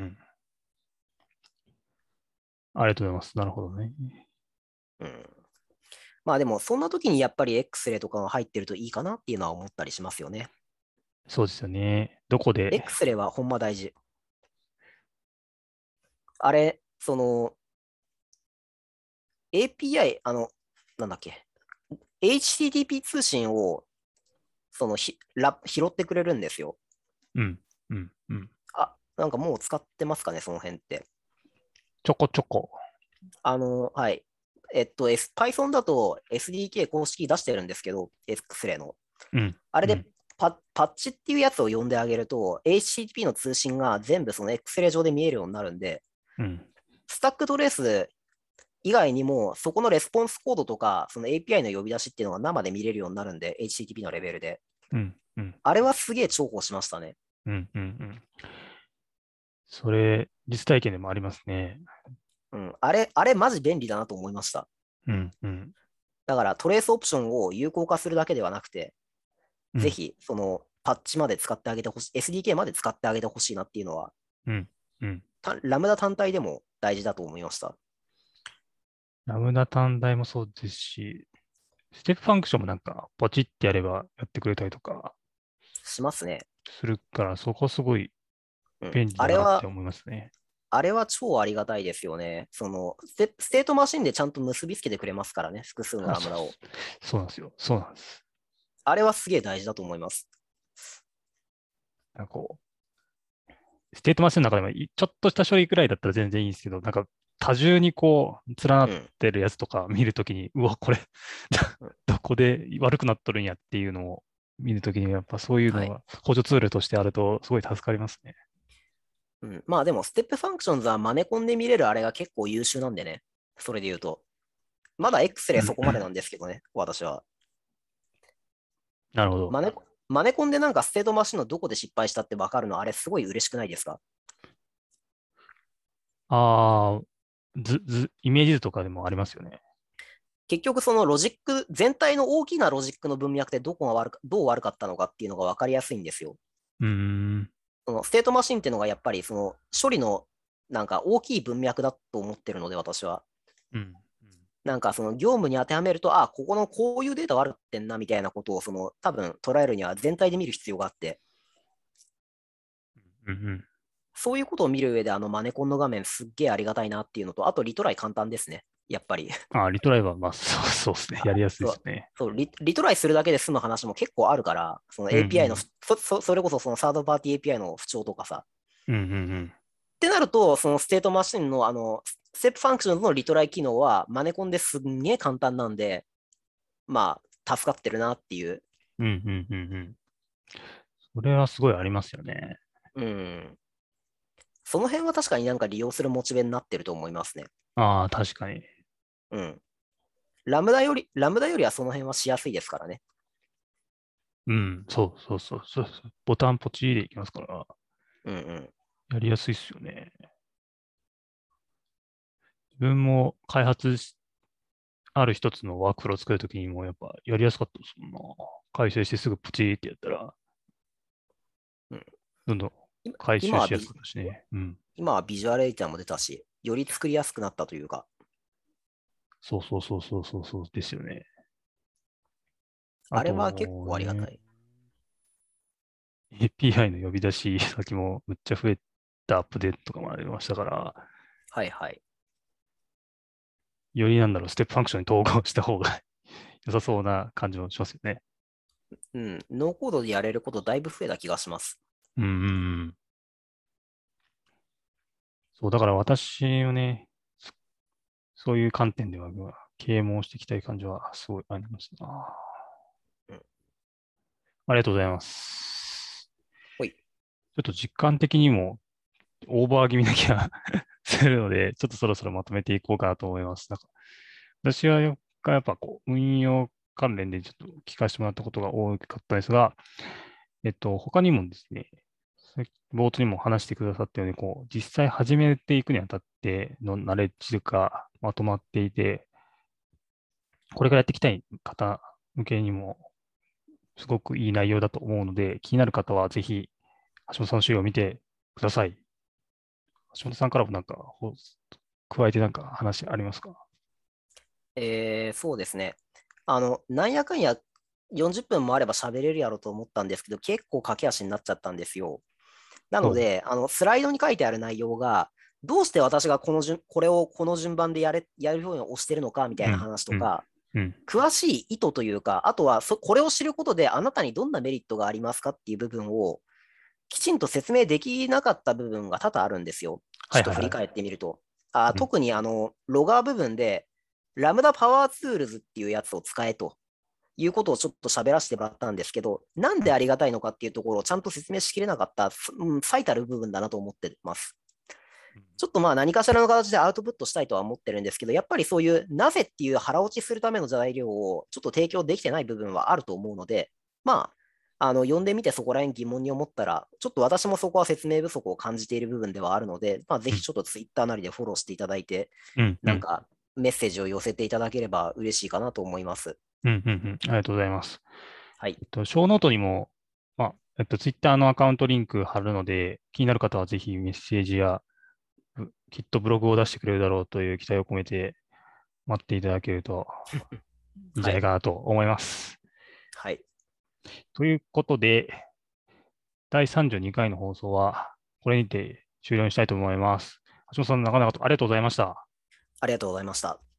ありがとうございます。なるほどね。 うん。まあでもそんな時にやっぱり X レイとかが入ってるといいかなっていうのは思ったりしますよね。 そうですよね。どこで、 X レイはほんま大事。あれ、その エーピーアイ、あの、なんだっけ、エイチティーティーピー 通信をそのひラ拾ってくれるんですよ。 うんうんうん。 あ、なんかもう使ってますかね、その辺って。 ちょこちょこ。 あの、はい。えっと、S、Python だと エスディーケー 公式出してるんですけど、X レイの。 うんあれでうんパパッチっていうやつを呼んであげると、エイチティーティーピー の通信が全部その X レイ上で見えるようになるんで、 うん。 スタックトレース以外にも、そこのレスポンスコードとか、その エーピーアイ の呼び出しっていうのが生で見れるようになるんで、エイチティーティーピー のレベルで。 うんうんあれはすげえ重宝しましたね。 うんうんうん。それ、実体験でもありますね。 うん。あれ、あれマジ便利だなと思いました。 うんうんだからトレースオプションを有効化するだけではなくて、 うんぜひ、そのパッチまで使ってあげてほしい、エスディーケー まで使ってあげてほしいなっていうのは、 うんうん。 ラムダ単体でも大事だと思いました。 ラムダ単体もそうですし、ステップファンクションもなんか、ポチってやればやってくれたりとかしますね。 するから、そこすごいうん。 便利だあれは、 なって思いますね。 あれは超ありがたいですよね。そのステ、ステートマシンでちゃんと結びつけてくれますからね、複数のあ、そうです。 ラムダを。 そうなんですよ。そうなんです。 あれはすげえ大事だと思います。 なんかこう、ステートマシンの中でもいちょっとした処理くらいだったら全然いいんですけど、なんか多重にこう、連なっうん。 てるやつとか見るときに、うわ、これうん、 どこで悪くなっとるんやっていうのを見るときに、やっぱそういうはい。 のが補助ツールとしてあると、すごい助かりますね。 うん、まあでも、ステップファンクションズはマネコンで見れるあれが結構優秀なんでね。それで言うと。まだ X レイうん。 そこまでなんですけどね、私は。 なるほど。 マネ、マネコンでなんかステートマシンのどこで失敗したって分かるの、あれすごい嬉しくないですか？ ああ、図、図、イメージ図とかでもありますよね。 結局そのロジック、全体の大きなロジックの文脈でどこが悪か、どう悪かったのかっていうのが分かりやすいんですよ。 うーん。 そのステートマシンっていうのがやっぱりその処理のなんか大きい文脈だと思ってるので、私は。 うん。 なんかその業務に当てはめると、あ、ここのこういうデータ悪くってんなみたいなことをその多分捉えるには全体で見る必要があって、 うんうん。 そういうことを見る上で、あのマネコンの画面すっげえありがたいなっていうのと、あとリトライ簡単ですね。やっぱり。 あ、リトライは、まあ、そうそうですね。やりやすいそう、 ですね。 そうリ、リトライするだけで済む話も結構あるから、そのうんうエーピーアイ の、 ん。 そ、そそれこそそのサードパーティー エーピーアイ の不調とかさ。 うんうんうん。 ってなると、そのステートマシンのあの、ステップファンクションズのリトライ機能はマネコンですんげえ簡単なんで、まあ、助かってるなっていう。 うんうんうんうん。それはすごいありますよね。 うん。その辺は確かになんか利用するモチベになってると思いますね。 ああ、確かに。 うん。ラムダより、ラムダよりはその辺はしやすいですからね。 うん、そうそうそうそうそう。ボタンポチでいきますから、 うんうん。 やりやすいですよね。自分も開発しある一つのワークフローを作るときにもやっぱやりやすかったですもんな。改正してすぐポチってやったら、 うん、 どんどん今回今はビ、 収しやすかったしね。うん。 今はビジュアルエディターも出たし、より作りやすくなったというか、 そうそうそうそうそうそうですよね。ああれは結とね、 構ありがたい。 エーピーアイ の呼び出し先もむっちゃ増えたアップデートとかもありましたから、 はいはい。 よりなんだろう、ステップファンクションに統合した方が良さそうな感じもしますよね。 うん。ノーコードでやれることだいぶ増えた気がします。 うんうんうん。そう、だから私はね、そそういう観点では啓蒙していきたい感じはすごいありますな。 うん。 ありがとうございます。 ほい。 ちょっと実感的にもオーバー気味な気がするので、ちょっとそろそろまとめていこうかなと思います。なんか私はやっぱこう運用関連でちょっと聞かせてもらったことが多かったんですが、えっと、他にもですね、さっき冒頭にも話してくださったように、こう、実際始めていくにあたってのナレッジがまとまっていて、これからやっていきたい方向けにもすごくいい内容だと思うので、気になる方はぜひ橋本さんの資料を見てください。橋本さんからもなんか、ほ加えてなんか話ありますか？ えー、そうですね。あの、なんやかんやよんじゅっぷんもあれば喋れるやろと思ったんですけど、結構駆け足になっちゃったんですよ。なそう。 ので、あの、スライドに書いてある内容が、どうして私がこの順、これをこの順番でやれ、やるように押してるのかみたいなうん、うん、 話とか、 うん、 詳しい意図というか、あとはそ、これを知ることであなたにどんなメリットがありますかっていう部分をきちんと説明できなかった部分が多々あるんですよ。ちょはいはいはい。 っと振り返ってみると。あ、 うん、 特にあの、ロガー部分で、ラムダパワーツールズっていうやつを使えということをちょっと喋らせてもらったんですけど、なんうん、 でありがたいのかっていうところをちゃんと説明しきれなかった、うん、最たる部分だなと思ってます。ちょっとまあ何かしらの形でアウトプットしたいとは思ってるんですけど、やっぱりそういうなぜっていう腹落ちするための材料をちょっと提供できてない部分はあると思うので、まあ、あの読んでみてそこら辺疑問に思ったら、ちょっと私もそこは説明不足を感じている部分ではあるので、まあ、ぜうん、 ひちょっとツイッターなりでフォローしていただいて、 うん、うん、 なんかメッセージを寄せていただければ嬉しいかなと思います。 うん、うん、ありがとうございます。 はい。 えっと、ショーノートにも、まあ、えっと、ツイッターのアカウントリンク貼るので、気になる方はぜひメッセージや、ぶきっとブログを出してくれるだろうという期待を込めて待っていただけるといいんじはい。 ゃないかなと思います。 はい。 ということで、だいさんじゅうにかいの放送はこれにて終了にしたいと思います。橋本さん、なかなかとありがとうございました。 ありがとうございました。